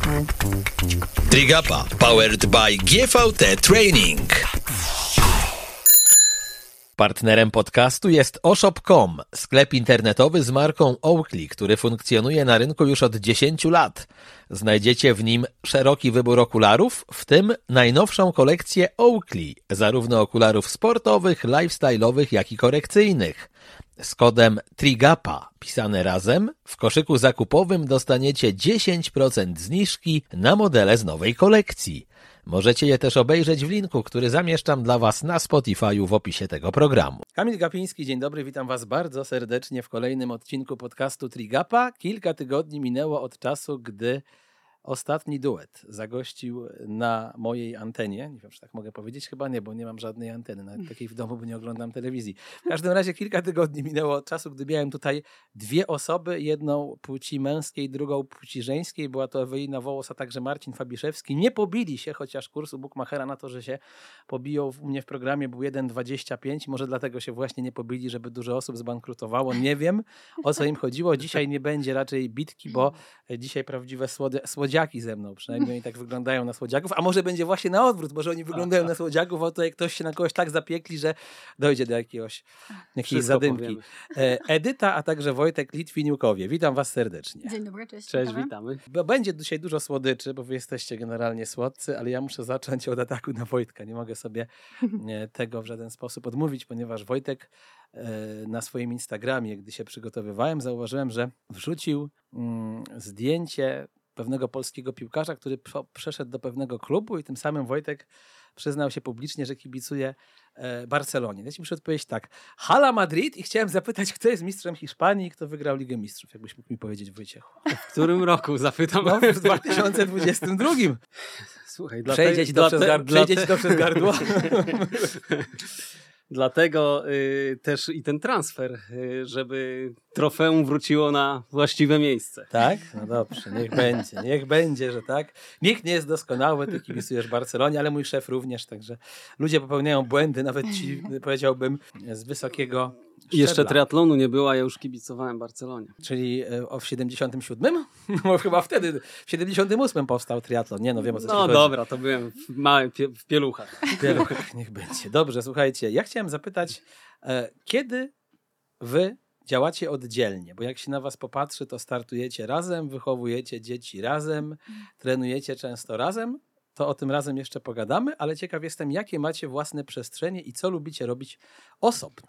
Trigapa powered by GVT Training. Partnerem podcastu jest oshop.com, sklep internetowy z marką Oakley, który funkcjonuje na rynku już od 10 lat. Znajdziecie w nim szeroki wybór okularów, w tym najnowszą kolekcję Oakley, zarówno okularów sportowych, lifestyle'owych, jak i korekcyjnych. Z kodem TRIGAPA, pisane razem, w koszyku zakupowym dostaniecie 10% zniżki na modele z nowej kolekcji. Możecie je też obejrzeć w linku, który zamieszczam dla Was na Spotify'u w opisie tego programu. Kamil Gapiński, dzień dobry, witam Was bardzo serdecznie w kolejnym odcinku podcastu Trigapa. Kilka tygodni minęło od czasu, gdy ostatni duet zagościł na mojej antenie. Nie wiem, czy tak mogę powiedzieć, chyba nie, bo nie mam żadnej anteny, nawet takiej w domu, bo nie oglądam telewizji. W każdym razie kilka tygodni minęło od czasu, gdy miałem tutaj dwie osoby, jedną płci męskiej, drugą płci żeńskiej. Była to Ewelina Wołos, a także Marcin Fabiszewski. Nie pobili się, chociaż kurs u Bookmachera na to, że się pobiją u mnie w programie był 1,25. Może dlatego się właśnie nie pobili, żeby dużo osób zbankrutowało. Nie wiem, o co im chodziło. Dzisiaj nie będzie raczej bitki, bo dzisiaj prawdziwe słodziaki ze mną, przynajmniej oni tak wyglądają na słodziaków, a może będzie właśnie na odwrót, może oni wyglądają na słodziaków, a tutaj ktoś się na kogoś tak zapiekli, że dojdzie do jakiejś zadymki. Powiemy. Edyta, a także Wojtek Litwiniukowie. Witam Was serdecznie. Dzień dobry, cześć. Cześć, witamy. Bo będzie dzisiaj dużo słodyczy, bo Wy jesteście generalnie słodcy, ale ja muszę zacząć od ataku na Wojtka. Nie mogę sobie tego w żaden sposób odmówić, ponieważ Wojtek na swoim Instagramie, gdy się przygotowywałem, zauważyłem, że wrzucił zdjęcie pewnego polskiego piłkarza, który przeszedł do pewnego klubu i tym samym Wojtek przyznał się publicznie, że kibicuje Barcelonie. Ja ci muszę odpowiedzieć tak. Hala Madrid i chciałem zapytać, kto jest mistrzem Hiszpanii i kto wygrał Ligę Mistrzów. Jakbyś mógł mi powiedzieć, Wojciechu. W którym roku? Zapytam. No, w 2022. Słuchaj, przejdzie ci to przez gardło. Dlatego też i ten transfer, żeby trofeum wróciło na właściwe miejsce. Tak? No dobrze, niech będzie, że tak. Nikt nie jest doskonały, ty kibicujesz Barcelonie, ale mój szef również, także ludzie popełniają błędy, nawet ci, powiedziałbym, z wysokiego szczebla. Jeszcze triatlonu nie było, a ja już kibicowałem Barcelonie. Czyli w 77? No chyba wtedy, w 78 powstał triatlon. Nie, no wiem o co chodzi. Dobra, to byłem w pieluchach. W pieluchach, niech będzie. Dobrze, słuchajcie, ja chciałem zapytać, kiedy wy działacie oddzielnie? Bo jak się na was popatrzy, to startujecie razem, wychowujecie dzieci razem, trenujecie często razem. To o tym razem jeszcze pogadamy, ale ciekaw jestem, jakie macie własne przestrzenie i co lubicie robić osobno.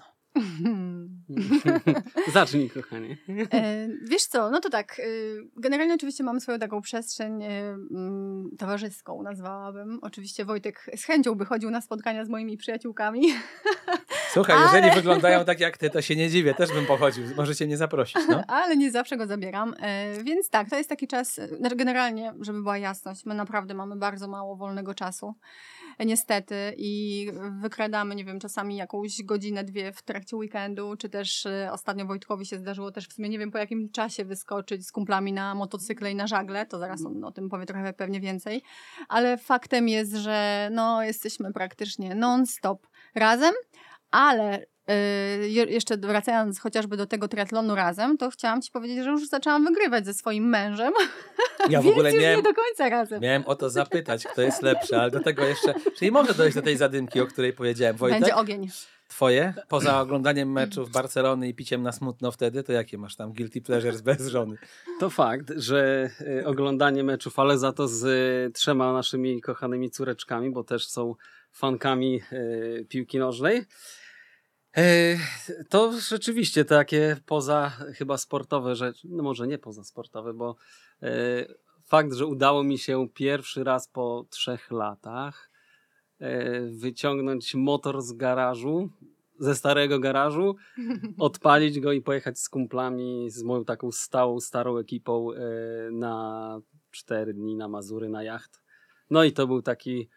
Zacznij, kochanie. Wiesz co, no to tak, generalnie oczywiście mamy swoją taką przestrzeń towarzyską, nazwałabym. Oczywiście Wojtek z chęcią by chodził na spotkania z moimi przyjaciółkami. Słuchaj, jeżeli wyglądają tak jak ty, to się nie dziwię, też bym pochodził, możecie mnie zaprosić. No? Ale nie zawsze go zabieram, więc tak, to jest taki czas, generalnie, żeby była jasność, my naprawdę mamy bardzo mało wolnego czasu. Niestety i wykradamy, nie wiem, czasami jakąś godzinę, dwie w trakcie weekendu, czy też ostatnio Wojtkowi się zdarzyło też w sumie, nie wiem po jakim czasie wyskoczyć z kumplami na motocykle i na żagle, to zaraz on o tym powie trochę pewnie więcej, ale faktem jest, że no jesteśmy praktycznie non-stop razem, ale jeszcze wracając chociażby do tego triatlonu razem, to chciałam ci powiedzieć, że już zaczęłam wygrywać ze swoim mężem. Ja w ogóle więc miałem, nie do końca razem. Miałem o to zapytać, kto jest lepszy, ale do tego jeszcze, czyli może dojść do tej zadymki, o której powiedziałem. Wojtek, będzie ogień. Twoje, poza oglądaniem meczów Barcelony i piciem na smutno wtedy, to jakie masz tam guilty pleasures bez żony? To fakt, że oglądanie meczów, ale za to z 3 naszymi kochanymi córeczkami, bo też są fankami piłki nożnej. To rzeczywiście takie poza chyba sportowe rzeczy, no może nie poza sportowe, bo fakt, że udało mi się pierwszy raz po 3 latach wyciągnąć motor z garażu, ze starego garażu, odpalić go i pojechać z kumplami, z moją taką starą ekipą na 4 dni na Mazury, na jacht. No i to był taki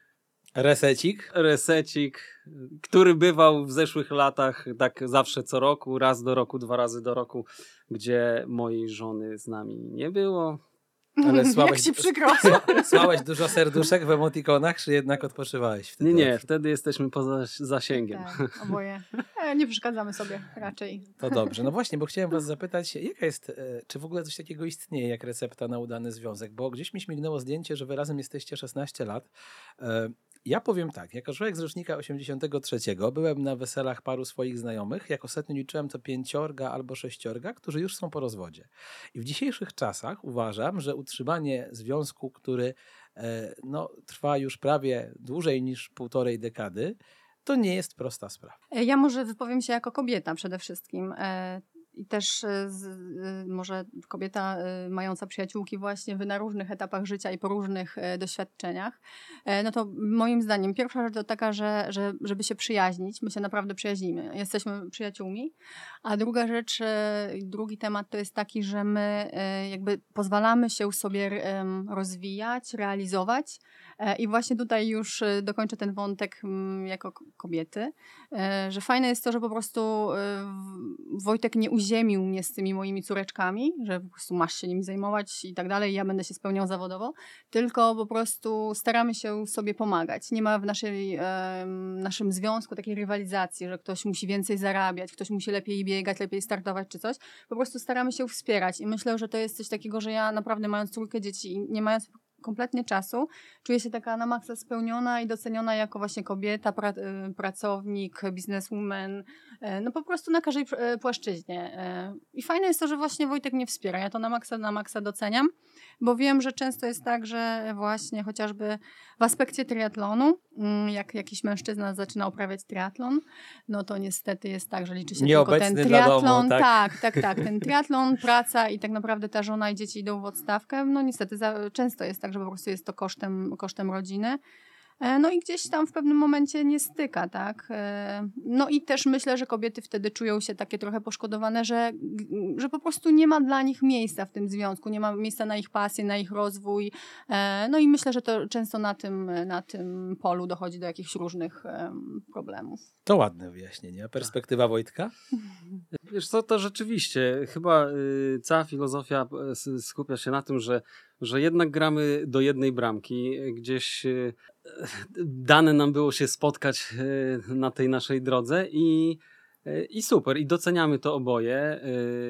Resecik, który bywał w zeszłych latach tak zawsze co roku, raz do roku, 2 razy do roku, gdzie mojej żony z nami nie było. Ale Jak ci przykro. słałeś dużo serduszek w emotikonach, czy jednak odpoczywałeś wtedy? Nie, wtedy jesteśmy poza zasięgiem. Tak, oboje. Nie przeszkadzamy sobie raczej. To dobrze. No właśnie, bo chciałem was zapytać, jaka jest, czy w ogóle coś takiego istnieje jak recepta na udany związek? Bo gdzieś mi śmignęło zdjęcie, że wy razem jesteście 16 lat. Ja powiem tak, jako człowiek z rocznika 83 byłem na weselach paru swoich znajomych. Jak ostatnio liczyłem, to 5 albo 6, którzy już są po rozwodzie. I w dzisiejszych czasach uważam, że utrzymanie związku, który trwa już prawie dłużej niż 1,5 dekady, to nie jest prosta sprawa. Ja może wypowiem się jako kobieta przede wszystkim. I też może kobieta mająca przyjaciółki właśnie na różnych etapach życia i po różnych doświadczeniach, no to moim zdaniem pierwsza rzecz to taka, żeby się przyjaźnić, my się naprawdę przyjaźnimy, jesteśmy przyjaciółmi, a druga rzecz, drugi temat to jest taki, że my jakby pozwalamy się sobie rozwijać, realizować i właśnie tutaj już dokończę ten wątek jako kobiety, że fajne jest to, że po prostu Wojtek nie uziemił mnie z tymi moimi córeczkami, że po prostu masz się nimi zajmować i tak dalej, ja będę się spełniał zawodowo, tylko po prostu staramy się sobie pomagać. Nie ma w naszym związku takiej rywalizacji, że ktoś musi więcej zarabiać, ktoś musi lepiej biegać, lepiej startować czy coś. Po prostu staramy się wspierać i myślę, że to jest coś takiego, że ja naprawdę mając 3 dzieci i nie mając kompletnie czasu, czuję się taka na maksa spełniona i doceniona jako właśnie kobieta, pracownik, bizneswoman, no po prostu na każdej płaszczyźnie. I fajne jest to, że właśnie Wojtek mnie wspiera. Ja to na maksa doceniam, bo wiem, że często jest tak, że właśnie chociażby w aspekcie triatlonu, jak jakiś mężczyzna zaczyna uprawiać triatlon, no to niestety jest tak, że liczy się tylko ten triatlon. Domu, tak? Tak. Ten triatlon, praca i tak naprawdę ta żona i dzieci idą w odstawkę. No niestety często jest tak, że po prostu jest to kosztem rodziny. No i gdzieś tam w pewnym momencie nie styka, tak? No i też myślę, że kobiety wtedy czują się takie trochę poszkodowane, że po prostu nie ma dla nich miejsca w tym związku, nie ma miejsca na ich pasję, na ich rozwój. No i myślę, że to często na tym polu dochodzi do jakichś różnych problemów. To ładne wyjaśnienie. A perspektywa Wojtka? Wiesz co, to rzeczywiście chyba cała filozofia skupia się na tym, że jednak gramy do jednej bramki. Gdzieś dane nam było się spotkać na tej naszej drodze i super. I doceniamy to oboje.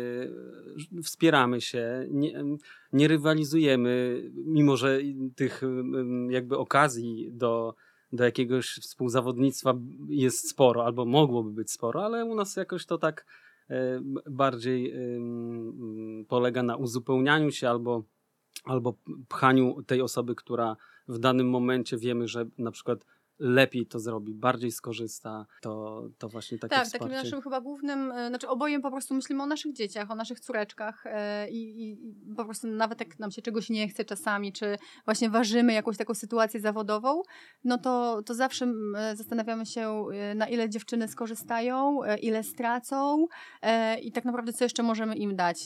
Wspieramy się. Nie rywalizujemy, mimo że tych jakby okazji do jakiegoś współzawodnictwa jest sporo, albo mogłoby być sporo, ale u nas jakoś to tak bardziej polega na uzupełnianiu się albo pchaniu tej osoby, która w danym momencie wiemy, że na przykład lepiej to zrobi, bardziej skorzysta, to właśnie takie wsparcie. Tak, takim naszym chyba głównym, oboje po prostu myślimy o naszych dzieciach, o naszych córeczkach i po prostu nawet jak nam się czegoś nie chce czasami, czy właśnie ważymy jakąś taką sytuację zawodową, no to zawsze zastanawiamy się, na ile dziewczyny skorzystają, ile stracą i tak naprawdę co jeszcze możemy im dać.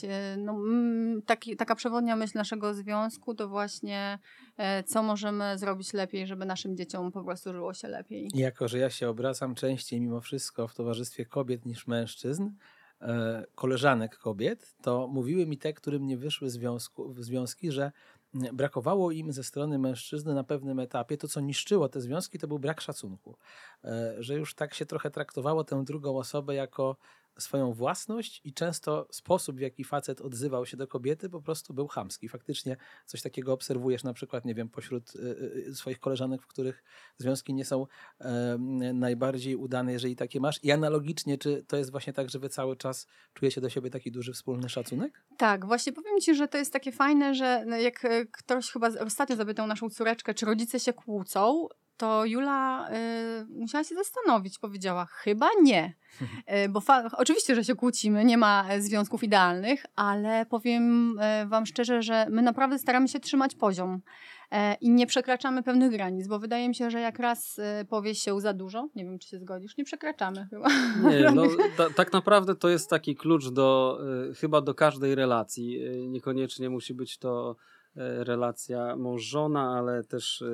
Taka przewodnia myśl naszego związku to właśnie co możemy zrobić lepiej, żeby naszym dzieciom po prostu żyło się lepiej. Jako że ja się obracam częściej mimo wszystko w towarzystwie kobiet niż mężczyzn, koleżanek kobiet, to mówiły mi te, którym nie wyszły związki, że brakowało im ze strony mężczyzny na pewnym etapie. To, co niszczyło te związki, to był brak szacunku. Że już tak się trochę traktowało tę drugą osobę jako swoją własność i często sposób, w jaki facet odzywał się do kobiety, po prostu był chamski. Faktycznie coś takiego obserwujesz na przykład, nie wiem, pośród swoich koleżanek, w których związki nie są najbardziej udane, jeżeli takie masz. I analogicznie, czy to jest właśnie tak, że wy cały czas czujecie do siebie taki duży wspólny szacunek? Tak, właśnie powiem ci, że to jest takie fajne, że jak ktoś chyba ostatnio zapytał naszą córeczkę, czy rodzice się kłócą, to Jula musiała się zastanowić. Powiedziała, chyba nie. Bo oczywiście, że się kłócimy, nie ma związków idealnych, ale powiem wam szczerze, że my naprawdę staramy się trzymać poziom i nie przekraczamy pewnych granic, bo wydaje mi się, że jak raz powie się za dużo, nie wiem, czy się zgodzisz, nie przekraczamy chyba. Nie, tak naprawdę to jest taki klucz chyba do każdej relacji. Niekoniecznie musi być to relacja mąż-żona, ale też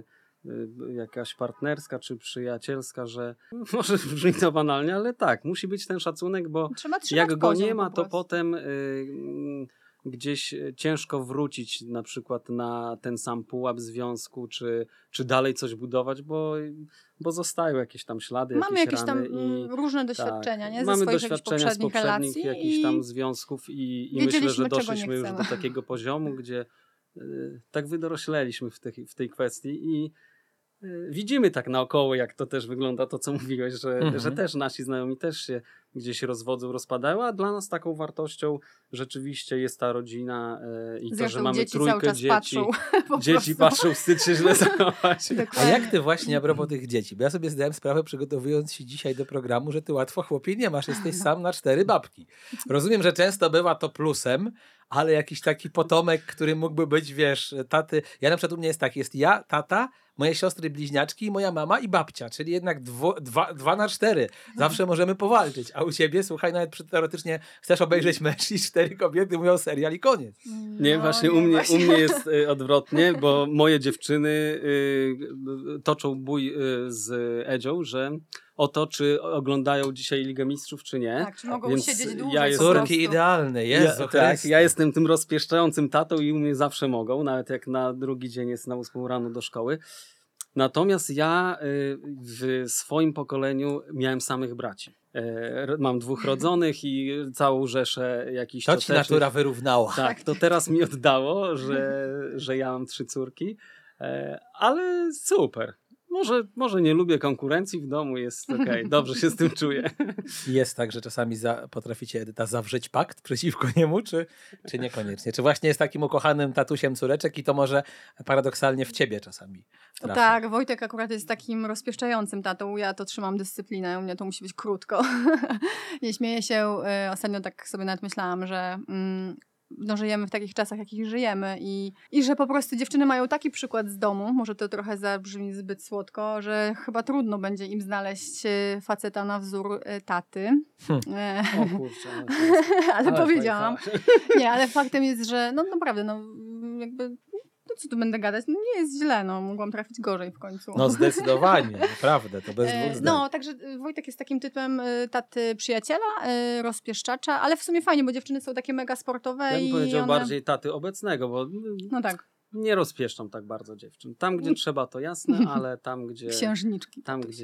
jakaś partnerska czy przyjacielska, że może brzmi to banalnie, ale tak, musi być ten szacunek, bo jak go nie ma, to potem gdzieś ciężko wrócić na przykład na ten sam pułap związku, czy dalej coś budować, bo zostają jakieś tam ślady, Mamy jakieś tam rany i różne doświadczenia, nie? Ze mamy swoich doświadczenia jakichś z poprzednich relacji jakichś tam związków i myślę, że wiedzieliśmy, czego nie doszliśmy już chcemy. do takiego poziomu, gdzie tak wydorośleliśmy w tej kwestii i widzimy tak naokoło, jak to też wygląda, to co mówiłeś, że też nasi znajomi też się gdzieś rozwodzą, rozpadają, a dla nas taką wartością rzeczywiście jest ta rodzina i Zresztą to, że mamy dzieci cały trójkę czas dzieci. patrzą, po Dzieci prostu. patrzą, wstyd się źle zachować. A Dokładnie. jak ty właśnie a propos tych dzieci? Bo ja sobie zdałem sprawę, przygotowując się dzisiaj do programu, że ty łatwo chłopie nie masz, jesteś sam na 4 babki. Rozumiem, że często bywa to plusem, ale jakiś taki potomek, który mógłby być, wiesz, taty. Ja na przykład u mnie jest tak, jest ja, tata, moje siostry bliźniaczki, moja mama i babcia, czyli jednak 2 na 4. Zawsze możemy powalczyć. A u ciebie, słuchaj, nawet teoretycznie chcesz obejrzeć mecz i 4 kobiety mówią serial i koniec. Nie, No, właśnie, nie, u mnie właśnie. jest odwrotnie, bo moje dziewczyny toczą bój z Edzią, że o to, czy oglądają dzisiaj Ligę Mistrzów, czy nie. Tak, czy mogą Więc siedzieć dłużej ja po jestem- prostu. Córki idealne, Jezu Tak, ja jestem tym rozpieszczającym tatą i u mnie zawsze mogą, nawet jak na drugi dzień jest na 8 rano do szkoły. Natomiast ja w swoim pokoleniu miałem samych braci. Mam 2 rodzonych i całą rzeszę jakichś To ci ciotecznych. natura wyrównała. Tak, to teraz mi oddało, że ja mam 3 córki, ale super. Może nie lubię konkurencji w domu, jest okej, dobrze się z tym czuję. Jest tak, że czasami potraficie, Edyta, zawrzeć pakt przeciwko niemu, czy niekoniecznie? Czy właśnie jest takim ukochanym tatusiem córeczek i to może paradoksalnie w ciebie czasami trafia? Tak, Wojtek akurat jest takim rozpieszczającym tatą. Ja to trzymam dyscyplinę, u mnie to musi być krótko. Nie śmieję się, ostatnio tak sobie nawet myślałam, że no, żyjemy w takich czasach, jakich żyjemy i że po prostu dziewczyny mają taki przykład z domu, może to trochę zabrzmi zbyt słodko, że chyba trudno będzie im znaleźć faceta na wzór taty. O kurczę. Ale powiedziałam. Nie, ale faktem jest, że no naprawdę, no jakby, no co tu będę gadać, no nie jest źle, no mogłam trafić gorzej w końcu. No zdecydowanie, naprawdę, to bez dwóch zdań. No, także Wojtek jest takim typem taty przyjaciela, rozpieszczacza, ale w sumie fajnie, bo dziewczyny są takie mega sportowe Ja bym i powiedział one... bardziej taty obecnego, bo No tak, nie rozpieszczam tak bardzo dziewczyn. Tam, gdzie trzeba, to jasne, ale tam, gdzie księżniczki.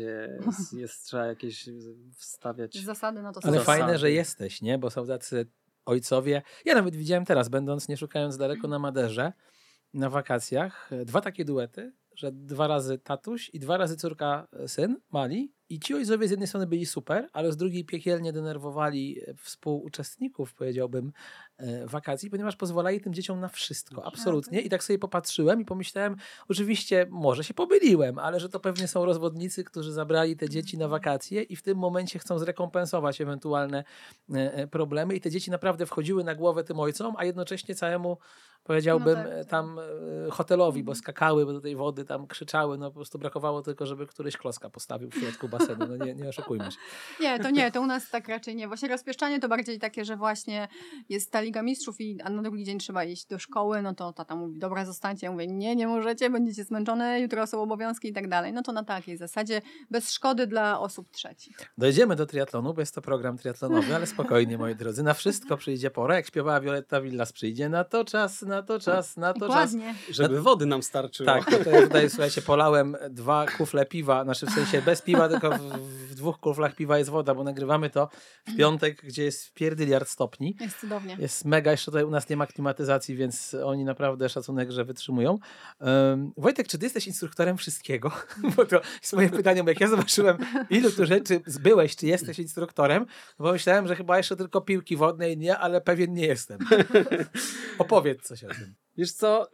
jest trzeba jakieś wstawiać. Zasady, no to są Ale zasady. fajne, że jesteś, nie? Bo są tacy ojcowie. Ja nawet widziałem teraz, będąc nie szukając daleko na Maderze, na wakacjach, 2 takie duety, że 2 razy tatuś i 2 razy córka, syn, mali. I ci ojcowie z jednej strony byli super, ale z drugiej piekielnie denerwowali współuczestników, powiedziałbym, wakacji, ponieważ pozwalali tym dzieciom na wszystko, absolutnie. I tak sobie popatrzyłem i pomyślałem, oczywiście może się pomyliłem, ale że to pewnie są rozwodnicy, którzy zabrali te dzieci na wakacje i w tym momencie chcą zrekompensować ewentualne problemy i te dzieci naprawdę wchodziły na głowę tym ojcom, a jednocześnie całemu, powiedziałbym, No tak. tam hotelowi, bo skakały do tej wody, tam krzyczały, no po prostu brakowało tylko, żeby któryś klocka postawił w środku basenu, no nie oszukujmy się. Nie, to u nas tak raczej nie. Właśnie rozpieszczanie to bardziej takie, że właśnie jest ta Liga Mistrzów a na drugi dzień trzeba iść do szkoły, no to tata mówi, dobra, zostańcie. Ja mówię, nie możecie, będziecie zmęczone, jutro są obowiązki i tak dalej. No to na takiej zasadzie, bez szkody dla osób trzecich. Dojdziemy do triatlonu, bo jest to program triatlonowy, ale spokojnie, moi drodzy, na wszystko przyjdzie pora. Jak śpiewała Violetta Villas, przyjdzie na to czas, na to czas, na to czas. Dokładnie. Żeby wody nam starczyło. Tak, to ja tutaj, słuchajcie, polałem 2 kufle piwa, znaczy w sensie bez piwa, tylko w 2 kuflach piwa jest woda, bo nagrywamy to w piątek, gdzie jest pierdyliard stopni. Jest cudownie. Jest mega, jeszcze tutaj u nas nie ma klimatyzacji, więc oni naprawdę szacunek, że wytrzymują. Wojtek, czy ty jesteś instruktorem wszystkiego? Bo to jest moje pytanie, bo jak ja zobaczyłem, ilu tu rzeczy byłeś, czy jesteś instruktorem, bo myślałem, że chyba jeszcze tylko piłki wodnej nie, ale pewien nie jestem. Opowiedz coś o tym. Wiesz co,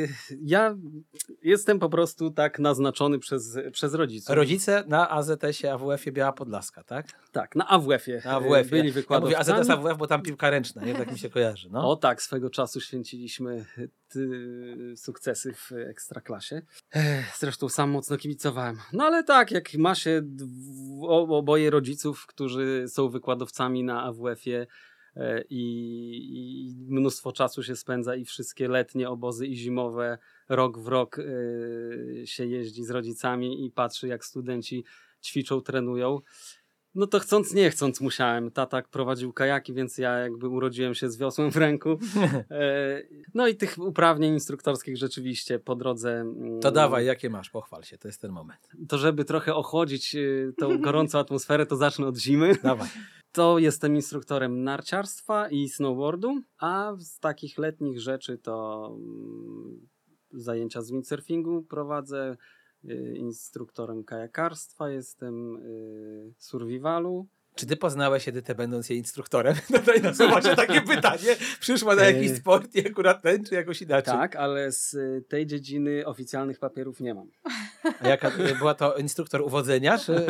ja jestem po prostu tak naznaczony przez rodziców. Rodzice na AZS-ie, AWF-ie Biała Podlaska, tak? Tak, na AWF-ie, Na AWF-ie. byli Ja mówię wykładowcami. AZS, AWF, bo tam piłka ręczna, nie? Tak mi się kojarzy. No. O tak, swego czasu święciliśmy sukcesy w Ekstraklasie. Zresztą sam mocno kibicowałem. No ale tak, jak ma się oboje rodziców, którzy są wykładowcami na AWF-ie, i mnóstwo czasu się spędza i wszystkie letnie obozy i zimowe rok w rok się jeździ z rodzicami i patrzy, jak studenci ćwiczą, trenują. No to chcąc, nie chcąc musiałem. Tata prowadził kajaki, więc ja jakby urodziłem się z wiosłem w ręku. No i tych uprawnień instruktorskich rzeczywiście po drodze... To dawaj, jakie masz? Pochwal się, to jest ten moment. To żeby trochę ochłodzić tą gorącą atmosferę, to zacznę od zimy. Dawaj. To jestem instruktorem narciarstwa i snowboardu, a z takich letnich rzeczy to zajęcia z windsurfingu prowadzę, instruktorem kajakarstwa jestem, survivalu. Czy ty poznałeś Edytę, będąc jej instruktorem? Tutaj nasuwa się takie pytanie. Przyszła na jakiś sport i akurat ten, czy jakoś inaczej? Tak, ale z tej dziedziny oficjalnych papierów nie mam. A jaka była to instruktor uwodzenia, czy...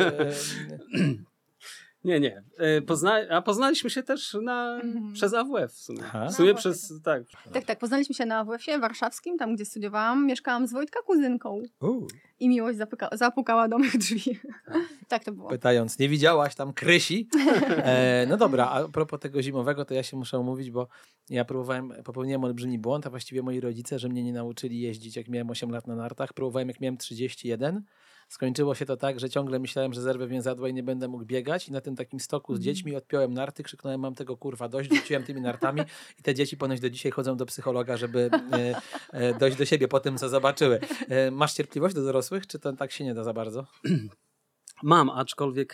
Nie. Poznaliśmy się też przez AWF w sumie. Aha. W sumie tak. Tak, poznaliśmy się na AWF-ie warszawskim, tam gdzie studiowałam. Mieszkałam z Wojtka kuzynką i miłość zapukała do mych drzwi. Tak to było. Pytając, nie widziałaś tam Krysi? No dobra, a propos tego zimowego, to ja się muszę umówić, bo ja popełniłem olbrzymi błąd, a właściwie moi rodzice, że mnie nie nauczyli jeździć, jak miałem 8 lat na nartach. Próbowałem, jak miałem 31. Skończyło się to tak, że ciągle myślałem, że zerwę więzadła i nie będę mógł biegać i na tym takim stoku z dziećmi odpiąłem narty, krzyknąłem, mam tego kurwa dość, rzuciłem tymi nartami i te dzieci ponoć do dzisiaj chodzą do psychologa, żeby dojść do siebie po tym, co zobaczyły. Masz cierpliwość do dorosłych, czy to tak się nie da za bardzo? Mam, aczkolwiek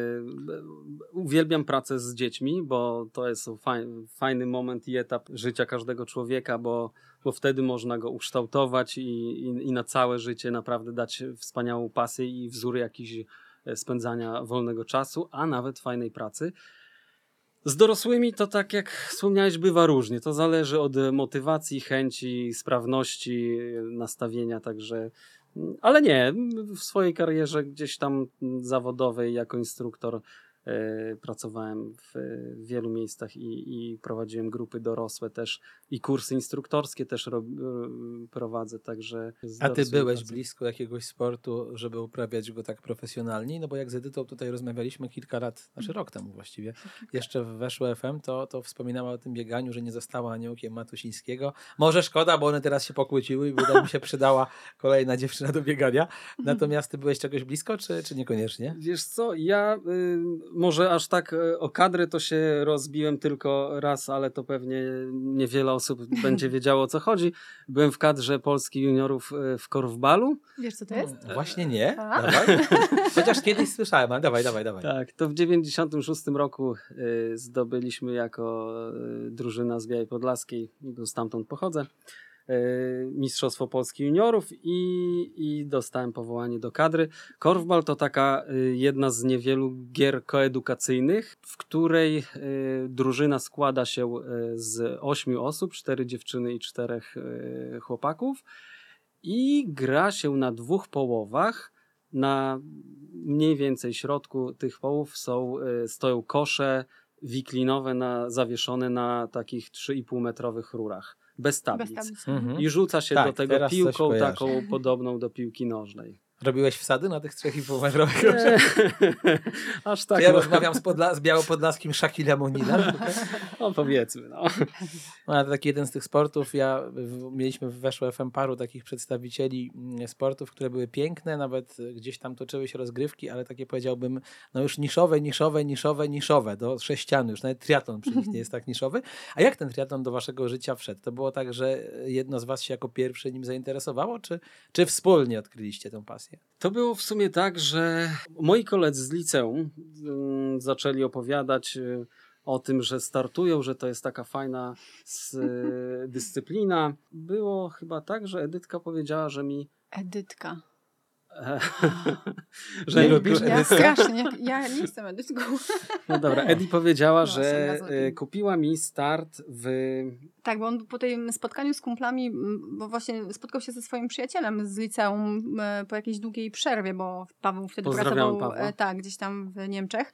uwielbiam pracę z dziećmi, bo to jest fajny moment i etap życia każdego człowieka, bo wtedy można go ukształtować i na całe życie naprawdę dać wspaniałą pasję i wzór jakiś spędzania wolnego czasu, a nawet fajnej pracy. Z dorosłymi to tak jak wspomniałeś bywa różnie. To zależy od motywacji, chęci, sprawności, nastawienia, także... Ale nie, w swojej karierze gdzieś tam zawodowej jako instruktor pracowałem w wielu miejscach i prowadziłem grupy dorosłe też i kursy instruktorskie też prowadzę, także... A ty byłeś blisko jakiegoś sportu, żeby uprawiać go tak profesjonalnie? No bo jak z Edytą tutaj rozmawialiśmy kilka lat, znaczy rok temu właściwie, jeszcze weszło FM, to wspominała o tym bieganiu, że nie została aniołkiem Matusińskiego. Może szkoda, bo one teraz się pokłóciły i wydaje mi się przydała kolejna dziewczyna do biegania. Natomiast ty byłeś czegoś blisko, czy niekoniecznie? Wiesz co, ja... Może aż tak o kadrę to się rozbiłem tylko raz, ale to pewnie niewiele osób będzie wiedziało, o co chodzi. Byłem w kadrze Polski juniorów w korfbalu. Wiesz, co to jest? Właśnie nie. Dawaj. Chociaż kiedyś słyszałem, ale dawaj. Tak, to w 96 roku zdobyliśmy jako drużyna z Białej Podlaskiej, bo stamtąd pochodzę, Mistrzostwo Polski Juniorów i dostałem powołanie do kadry. Korfbal to taka jedna z niewielu gier koedukacyjnych, w której drużyna składa się z 8 osób, 4 dziewczyny i 4 chłopaków i gra się na 2 połowach. Na mniej więcej środku tych połów stoją kosze wiklinowe zawieszone na takich 3,5 metrowych rurach. Bez tablic. I rzuca się do tego piłką taką podobną do piłki nożnej. Robiłeś wsady na tych 3,5 metrowych? Aż tak. Ja rozmawiam z białopodlaskim Shakilem O'Nealem. No powiedzmy. Ale taki jeden z tych sportów, mieliśmy w Weszło FM paru takich przedstawicieli sportów, które były piękne, nawet gdzieś tam toczyły się rozgrywki, ale takie powiedziałbym, no już niszowe, do sześcianu, już nawet triatlon przy nich nie jest tak niszowy. A jak ten triatlon do waszego życia wszedł? To było tak, że jedno z was się jako pierwsze nim zainteresowało, czy wspólnie odkryliście tę pasję? To było w sumie tak, że moi koledzy z liceum zaczęli opowiadać o tym, że startują, że to jest taka fajna dyscyplina. Było chyba tak, że Edytka powiedziała, że mi... Edytka. Że nie lubisz Ja strasznie, ja nie jestem Edytką. No dobra, Edi powiedziała, że kupiła mi start w... Tak, bo on po tym spotkaniu z kumplami, bo właśnie spotkał się ze swoim przyjacielem z liceum po jakiejś długiej przerwie, bo Paweł wtedy pracował gdzieś tam w Niemczech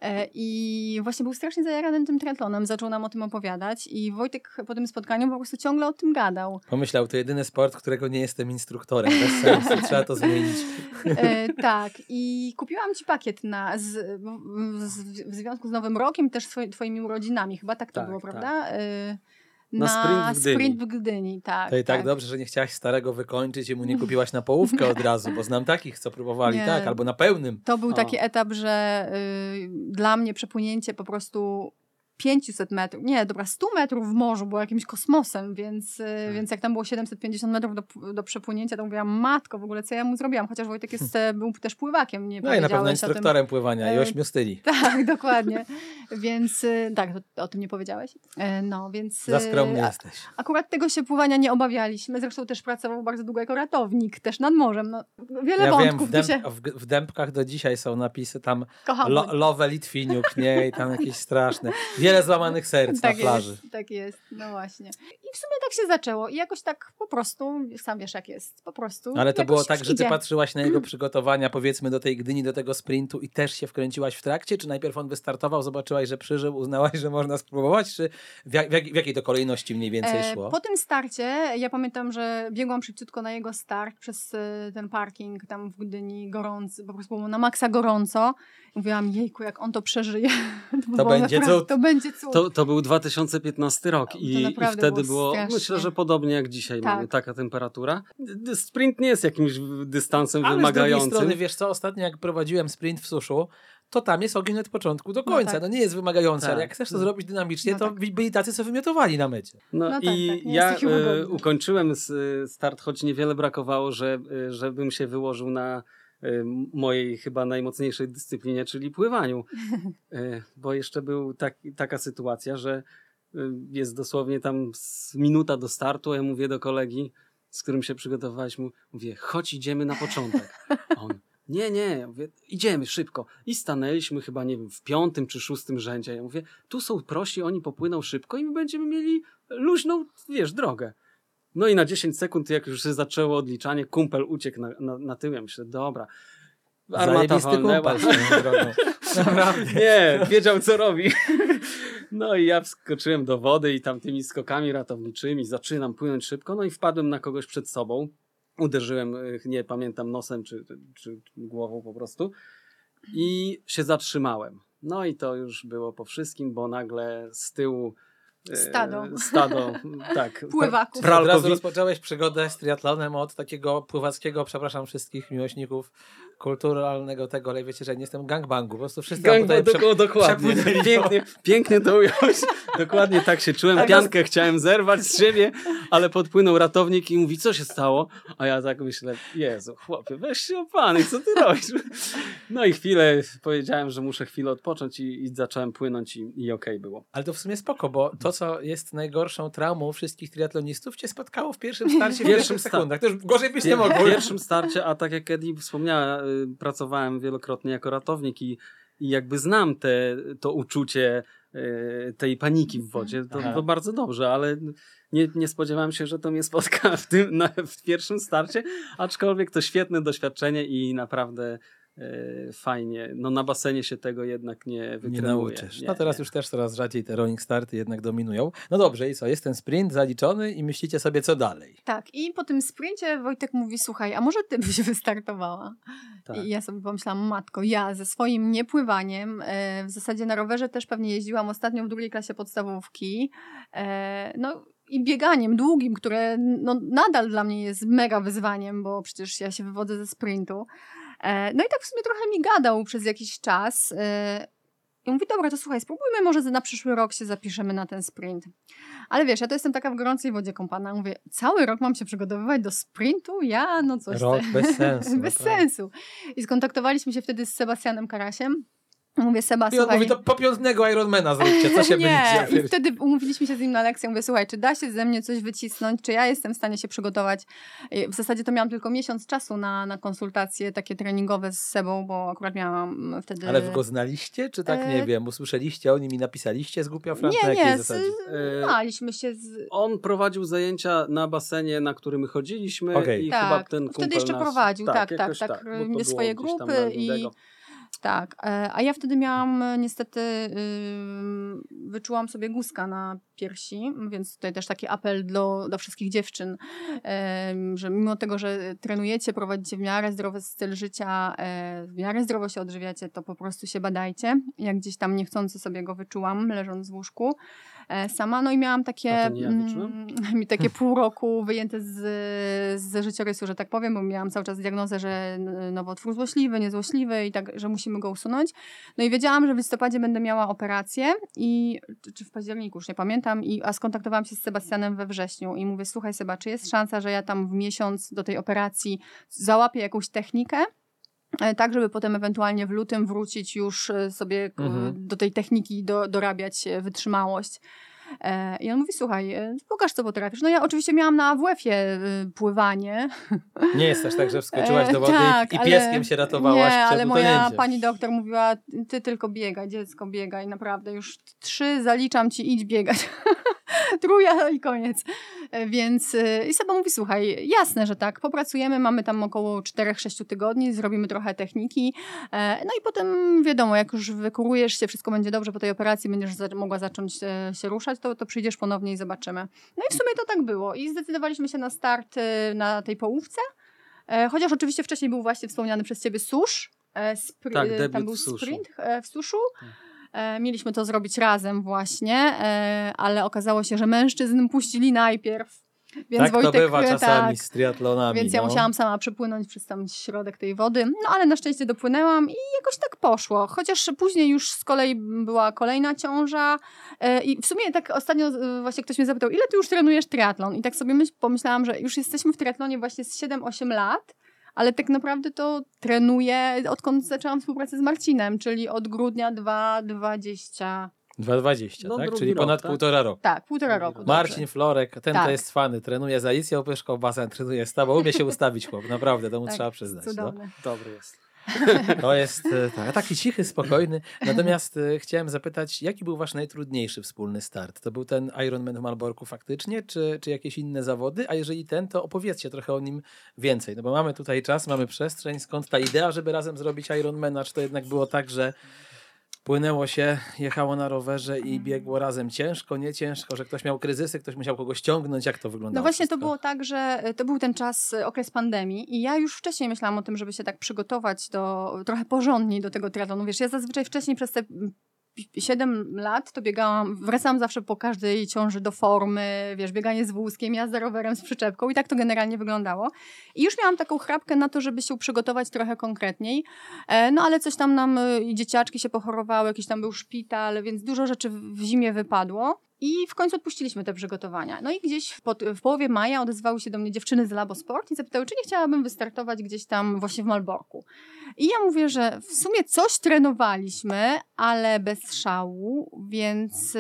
i właśnie był strasznie zajarany tym triatlonem, zaczął nam o tym opowiadać i Wojtek po tym spotkaniu po prostu ciągle o tym gadał. Pomyślał, to jedyny sport, którego nie jestem instruktorem, bez sensu, trzeba to zmienić. Tak, i kupiłam ci pakiet w związku z Nowym Rokiem, też twoimi urodzinami, chyba tak to było, prawda? Na sprint w Gdyni. Tak, To i tak dobrze, że nie chciałaś starego wykończyć i mu nie kupiłaś na połówkę od razu, bo znam takich, co próbowali, Nie. tak, albo na pełnym. To był taki etap, że dla mnie przepłynięcie po prostu 500 metrów, 100 metrów w morzu było jakimś kosmosem, więc jak tam było 750 metrów do przepłynięcia, to mówiłam, matko, w ogóle co ja mu zrobiłam, chociaż Wojtek był też pływakiem, nie No i na pewno powiedziałeś instruktorem pływania i 8 styli. Tak, dokładnie. Więc tak, o tym nie powiedziałeś. No, więc Za skromny jesteś. akurat tego się pływania nie obawialiśmy. Zresztą też pracował bardzo długo jako ratownik, też nad morzem. No, wiele Ja wiem, wątków. w Dębkach do dzisiaj są napisy tam Kocham. Love Litwiniuk, nie? I tam jakieś straszne. Wiele złamanych serc na plaży. Jest, tak jest, no właśnie. I w sumie tak się zaczęło. I jakoś tak po prostu, sam wiesz jak jest, po prostu. Ale to jakoś było już tak, że ty idzie. patrzyłaś na jego przygotowania, powiedzmy, do tej Gdyni, do tego sprintu i też się wkręciłaś w trakcie? Czy najpierw on wystartował, zobaczyłaś, że przeżył, uznałaś, że można spróbować? Czy w jakiej to kolejności mniej więcej szło? Po tym starcie, ja pamiętam, że biegłam szybciutko na jego start przez ten parking tam w Gdyni gorący, po prostu było na maksa gorąco. I mówiłam, jejku, jak on to przeżyje. To będzie cud. To będzie cud. To był 2015 rok i naprawdę wtedy było było, myślę, strasznie. że podobnie jak dzisiaj Tak. mamy taka temperatura. Sprint nie jest jakimś dystansem Ale z wymagającym. drugiej strony, wiesz co, ostatnio jak prowadziłem sprint w suszu, to tam jest ogień od początku do końca. tak. No nie jest wymagające, Tak. ale jak chcesz to zrobić dynamicznie, No to tak. byli tacy, co wymiotowali na mecie. No, No tak, i tak, nie ja jest taki łagodny. ukończyłem start, choć niewiele brakowało, żebym się wyłożył na mojej chyba najmocniejszej dyscyplinie, czyli pływaniu. Bo jeszcze był taka sytuacja, że jest dosłownie tam minuta do startu, a ja mówię do kolegi, z którym się przygotowywaliśmy, mówię, chodź idziemy na początek. A on, nie, ja mówię, idziemy szybko. I stanęliśmy chyba, nie wiem, w 5. czy 6. rzędzie. Ja mówię, tu są prosi, oni popłyną szybko i my będziemy mieli luźną, wiesz, drogę. No i na 10 sekund, jak już się zaczęło odliczanie, kumpel uciekł na tył. Ja myślę, dobra, armata Zajebisty walnęła. kumpel swoją drogą. Naprawdę. Nie, wiedział co robi. No i ja wskoczyłem do wody i tam tymi skokami ratowniczymi zaczynam płynąć szybko, no i wpadłem na kogoś przed sobą. Uderzyłem, nie pamiętam, nosem czy głową po prostu i się zatrzymałem. No i to już było po wszystkim, bo nagle z tyłu stado tak, Pływaków. Od razu pralkowi. rozpocząłeś przygodę z triatlonem od takiego pływackiego, przepraszam wszystkich miłośników kulturalnego tego, ale wiecie, że nie jestem gangbangu, po prostu wszyscy tam tutaj Dokładnie. Pięknie to ująłeś. Dokładnie tak się czułem. Piankę chciałem zerwać z siebie, ale podpłynął ratownik i mówi, co się stało? A ja tak myślę, Jezu, chłopie, weź się opany, co ty robisz? No i chwilę powiedziałem, że muszę chwilę odpocząć i zacząłem płynąć i okej było. Ale to w sumie spoko, bo to, co jest najgorszą traumą wszystkich triatlonistów, cię spotkało w pierwszym starcie, w pierwszych sekundach. To już gorzej byś nie W mogło. pierwszym starcie, a tak jak Eddie wspomniała, pracowałem wielokrotnie jako ratownik i jakby znam to uczucie tej paniki w wodzie. To bardzo dobrze, ale nie spodziewałem się, że to mnie spotka w pierwszym starcie, aczkolwiek to świetne doświadczenie i naprawdę fajnie. No na basenie się tego jednak nie wytrenuje. Nie nauczysz. No teraz już też coraz rzadziej te rolling starty jednak dominują. No dobrze, i co? Jest ten sprint zaliczony i myślicie sobie, co dalej? Tak, i po tym sprincie Wojtek mówi, słuchaj, a może ty byś wystartowała? Tak. I ja sobie pomyślałam, matko, ja ze swoim niepływaniem, w zasadzie na rowerze też pewnie jeździłam ostatnio w 2. klasie podstawówki, no i bieganiem długim, które no, nadal dla mnie jest mega wyzwaniem, bo przecież ja się wywodzę ze sprintu. No i tak w sumie trochę mi gadał przez jakiś czas. I mówi, dobra, to słuchaj, spróbujmy może na przyszły rok się zapiszemy na ten sprint. Ale wiesz, ja to jestem taka w gorącej wodzie kąpana. Mówię, cały rok mam się przygotowywać do sprintu? Ja, no coś. Rok bez sensu. Bez sensu. I skontaktowaliśmy się wtedy z Sebastianem Karasiem. Mówię, Seba, I on słuchaj... mówi, to po 5. Ironmana zróbcie, co się Nie, mylicie. i wtedy umówiliśmy się z nim na lekcję. Mówię, słuchaj, czy da się ze mnie coś wycisnąć, czy ja jestem w stanie się przygotować. W zasadzie to miałam tylko miesiąc czasu na konsultacje takie treningowe z Sebą, bo akurat miałam wtedy... Ale wy go znaliście, czy tak nie wiem? Usłyszeliście o nim i napisaliście z głupia Frank? Na Nie, jakiej zasadzie? znaliśmy się z... On prowadził zajęcia na basenie, na którym my chodziliśmy i Tak, chyba ten kumpel wtedy jeszcze nas... prowadził, tak, jakoś tak, bo to miał swoje było gdzieś tam grupy na i... Windego. Tak, a ja wtedy miałam niestety, wyczułam sobie guzka na piersi, więc tutaj też taki apel do wszystkich dziewczyn, że mimo tego, że trenujecie, prowadzicie w miarę zdrowy styl życia, w miarę zdrowo się odżywiacie, to po prostu się badajcie. Jak gdzieś tam niechcący sobie go wyczułam, leżąc w łóżku. sama. No i miałam takie, takie pół roku wyjęte z życiorysu, że tak powiem, bo miałam cały czas diagnozę, że nowotwór złośliwy, niezłośliwy i tak, że musimy go usunąć. No i wiedziałam, że w listopadzie będę miała operację czy w październiku, już nie pamiętam, a skontaktowałam się z Sebastianem we wrześniu i mówię, słuchaj Seba, czy jest szansa, że ja tam w miesiąc do tej operacji załapię jakąś technikę, tak, żeby potem ewentualnie w lutym wrócić już sobie do tej techniki, dorabiać wytrzymałość. I on mówi, słuchaj, pokaż co potrafisz. No ja oczywiście miałam na AWF-ie pływanie. Nie jest też tak, że wskoczyłaś do wody tak, i pieskiem się ratowałaś nie, przed ale moja utonięciem. pani doktor mówiła, ty tylko biegaj, dziecko biegaj, naprawdę już 3 zaliczam ci, idź biegać. 3 i koniec. Więc i Seba mówi, słuchaj, jasne, że tak, popracujemy, mamy tam około 4-6 tygodni, zrobimy trochę techniki, no i potem wiadomo, jak już wykurujesz się, wszystko będzie dobrze po tej operacji, będziesz mogła zacząć się ruszać, to przyjdziesz ponownie i zobaczymy. No i w sumie to tak było i zdecydowaliśmy się na start na tej połówce, chociaż oczywiście wcześniej był właśnie wspomniany przez ciebie susz, tam był sprint w suszu. Mieliśmy to zrobić razem właśnie, ale okazało się, że mężczyzn puścili najpierw. Więc tak Wojtek, to bywa czasami tak, z triatlonami. Więc ja musiałam sama przepłynąć przez tam środek tej wody, no ale na szczęście dopłynęłam i jakoś tak poszło. Chociaż później już z kolei była kolejna ciąża i w sumie tak ostatnio właśnie ktoś mnie zapytał, ile ty już trenujesz triatlon? I tak sobie pomyślałam, że już jesteśmy w triatlonie właśnie z 7-8 lat, ale tak naprawdę to trenuję, odkąd zaczęłam współpracę z Marcinem, czyli od grudnia 2020. 2,20, No, tak? drugi Czyli rok, ponad tak? 1,5 roku. Tak, 1,5 roku. Marcin Florek, ten Tak. to jest fany, trenuje z Alicją Pyszką, basen trenuje z tobą, umie się ustawić chłop, naprawdę, to mu Tak, trzeba przyznać. No. cudowne. Dobry jest. To jest taki cichy, spokojny. Natomiast chciałem zapytać, jaki był wasz najtrudniejszy wspólny start? To był ten Ironman w Malborku faktycznie, czy jakieś inne zawody? A jeżeli ten, to opowiedzcie trochę o nim więcej. No bo mamy tutaj czas, mamy przestrzeń. Skąd ta idea, żeby razem zrobić Ironmana? Czy to jednak było tak, że płynęło się, jechało na rowerze i biegło razem ciężko, nie ciężko, że ktoś miał kryzysy, ktoś musiał kogoś ciągnąć? Jak to wyglądało? No właśnie wszystko? to było tak, że to był ten czas, okres pandemii i ja już wcześniej myślałam o tym, żeby się tak przygotować trochę porządniej do tego triatlonu. Wiesz, ja zazwyczaj wcześniej przez te 7 lat to wracałam zawsze po każdej ciąży do formy, wiesz, bieganie z wózkiem, jazda rowerem z przyczepką i tak to generalnie wyglądało. I już miałam taką chrapkę na to, żeby się przygotować trochę konkretniej, no ale coś tam nam, i dzieciaczki się pochorowały, jakiś tam był szpital, więc dużo rzeczy w zimie wypadło. I w końcu odpuściliśmy te przygotowania. No i gdzieś w połowie maja odezwały się do mnie dziewczyny z Labo Sport i zapytały, czy nie chciałabym wystartować gdzieś tam właśnie w Malborku. I ja mówię, że w sumie coś trenowaliśmy, ale bez szału, więc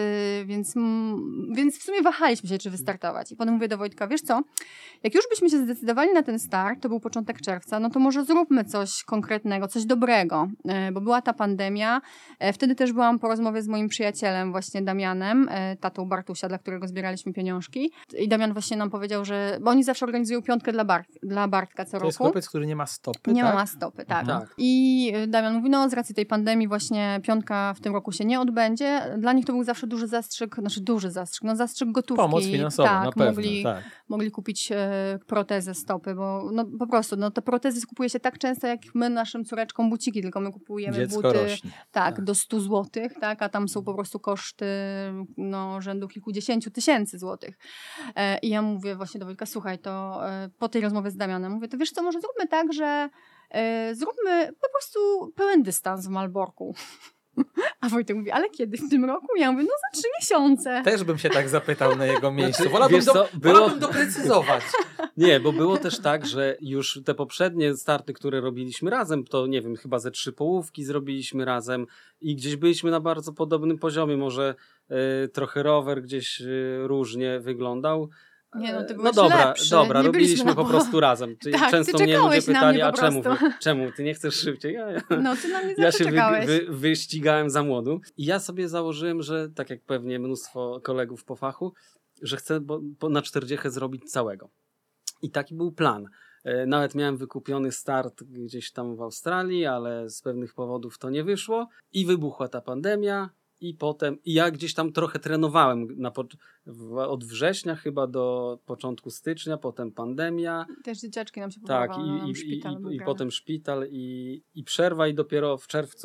w sumie wahaliśmy się, czy wystartować. I potem mówię do Wojtka, wiesz co, jak już byśmy się zdecydowali na ten start, to był początek czerwca, no to może zróbmy coś konkretnego, coś dobrego, bo była ta pandemia. Wtedy też byłam po rozmowie z moim przyjacielem, właśnie Damianem, tatą Bartusia, dla którego zbieraliśmy pieniążki. I Damian właśnie nam powiedział, bo oni zawsze organizują piątkę dla Bartka co roku. To jest chłopiec, który nie ma stopy, Nie tak? ma stopy, tak. Tak. I Damian mówi, no z racji tej pandemii właśnie piątka w tym roku się nie odbędzie. Dla nich to był zawsze duży zastrzyk, zastrzyk gotówki. Pomoc finansowa, tak, na pewno. mogli kupić protezę stopy, bo no, po prostu te protezy kupuje się tak często, jak my naszym córeczkom buciki, tylko my kupujemy Dziecko buty rośnie. tak, do 100 złotych, tak, a tam są po prostu koszty rzędu kilkudziesięciu tysięcy złotych. I ja mówię właśnie do Wojtka, słuchaj, to po tej rozmowie z Damianem, mówię, to wiesz co, może zróbmy tak, że zróbmy po prostu pełen dystans w Malborku. A Wojtek mówi, ale kiedy? W tym roku? Ja mówię, no za 3 miesiące. Też bym się tak zapytał na jego miejscu. Znaczy, Wolałbym doprecyzować. Nie, bo było też tak, że już te poprzednie starty, które robiliśmy razem, to nie wiem, chyba ze 3 połówki zrobiliśmy razem i gdzieś byliśmy na bardzo podobnym poziomie. Może trochę rower gdzieś różnie wyglądał. Nie, no, ty no byłeś dobra, lepszy. dobra, Nie robiliśmy byliśmy po prostu razem. Tak, często ty mnie ludzie czekałeś na pytali, mnie a po prostu. czemu ty nie chcesz szybciej? No, ty na mnie Ja zawsze się czekałeś. wyścigałem za młodu i ja sobie założyłem, że tak jak pewnie mnóstwo kolegów po fachu, że chcę na 40 zrobić całego. I taki był plan. Nawet miałem wykupiony start gdzieś tam w Australii, ale z pewnych powodów to nie wyszło i wybuchła ta pandemia. I ja gdzieś tam trochę trenowałem od września chyba do początku stycznia, potem pandemia. Też dzieciaczki nam się Tak, podobały. i potem szpital i przerwa i dopiero w czerwcu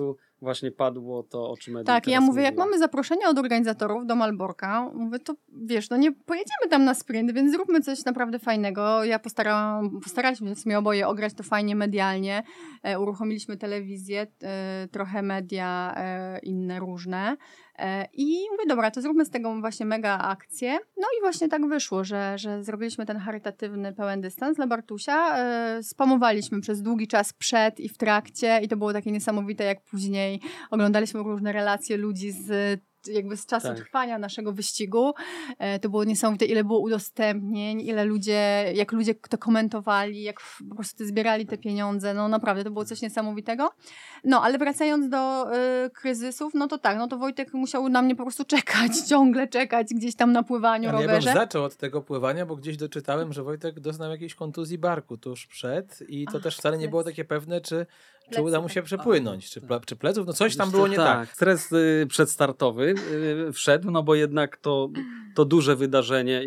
właśnie padło to, o czym Edi Tak, teraz ja mówię, jak mówiła. mamy zaproszenie od organizatorów do Malborka, mówię, to wiesz, no nie pojedziemy tam na sprint, więc zróbmy coś naprawdę fajnego. Postaraliśmy się oboje ograć to fajnie medialnie. Uruchomiliśmy telewizję, trochę media inne różne. I mówię, dobra, to zróbmy z tego właśnie mega akcję. No i właśnie tak wyszło, że zrobiliśmy ten charytatywny pełen dystans dla Bartusia. Spamowaliśmy przez długi czas przed i w trakcie i to było takie niesamowite, jak później oglądaliśmy różne relacje ludzi z czasu trwania naszego wyścigu. To było niesamowite, ile było udostępnień, jak ludzie to komentowali, jak po prostu zbierali te pieniądze. No naprawdę, to było coś niesamowitego. No, ale wracając do kryzysów, no to tak, no to Wojtek musiał na mnie po prostu czekać, ciągle czekać gdzieś tam na pływaniu, rowerze. Ja bym zaczął od tego pływania, bo gdzieś doczytałem, że Wojtek doznał jakiejś kontuzji barku tuż przed i to też wcale nie było takie pewne, czy uda mu się przepłynąć, czy pleców, no coś tam było nie tak. Stres przedstartowy wszedł, no bo jednak to duże wydarzenie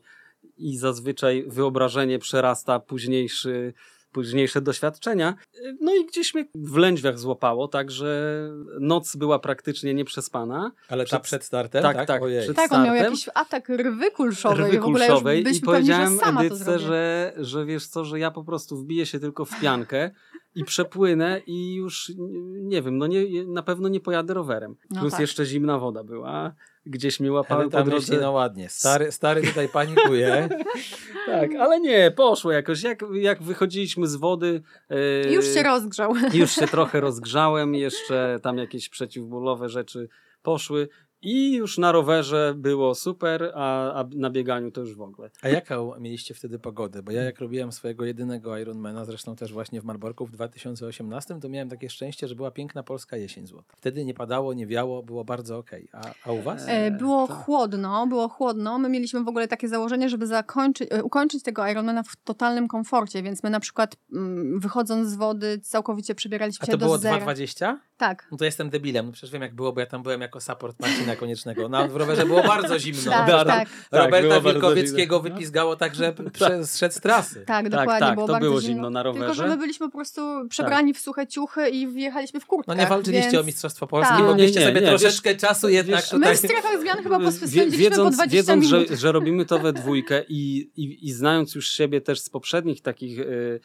i zazwyczaj wyobrażenie przerasta późniejsze doświadczenia. No i gdzieś mnie w lędźwiach złapało, także noc była praktycznie nieprzespana. Ale przed startem? Tak. Ojej. Tak, on miał jakiś atak rwy kulszowej. W ogóle już byliśmy i powiedziałem pewni, że Edyce, że wiesz co, że ja po prostu wbiję się tylko w piankę i przepłynę i już nie wiem, na pewno nie pojadę rowerem. Plus jeszcze zimna woda była. Gdzieś mnie łapały po drodze. No ładnie, stary tutaj panikuje. Tak, ale nie, poszło jakoś. Jak wychodziliśmy z wody... już się rozgrzał. Już się trochę rozgrzałem, jeszcze tam jakieś przeciwbólowe rzeczy poszły. I już na rowerze było super, a na bieganiu to już w ogóle. A jaką mieliście wtedy pogodę? Bo ja jak robiłem swojego jedynego Ironmana, zresztą też właśnie w Malborku w 2018, to miałem takie szczęście, że była piękna polska jesień złota. Wtedy nie padało, nie wiało, było bardzo okej. A u was? Było chłodno. My mieliśmy w ogóle takie założenie, żeby ukończyć tego Ironmana w totalnym komforcie, więc my na przykład wychodząc z wody całkowicie przebieraliśmy się do zera. A to było 2,20? Tak. No to jestem debilem. No przecież wiem jak było, bo ja tam byłem jako support Marcina Koniecznego. W rowerze było bardzo zimno. Tak. Roberta Wilkowieckiego wypizgało tak, że zszedł z trasy. Tak, dokładnie. Było to bardzo było zimno na rowerze. Tylko, że my byliśmy po prostu przebrani w suche ciuchy i wjechaliśmy w kurtkach. No nie walczyliście o Mistrzostwo Polski, Tak. mogliście sobie troszeczkę czasu jednak tutaj... My w strefach zmian chyba spędziliśmy po 20 wiedząc, minut. że robimy to we dwójkę i znając już siebie też z poprzednich takich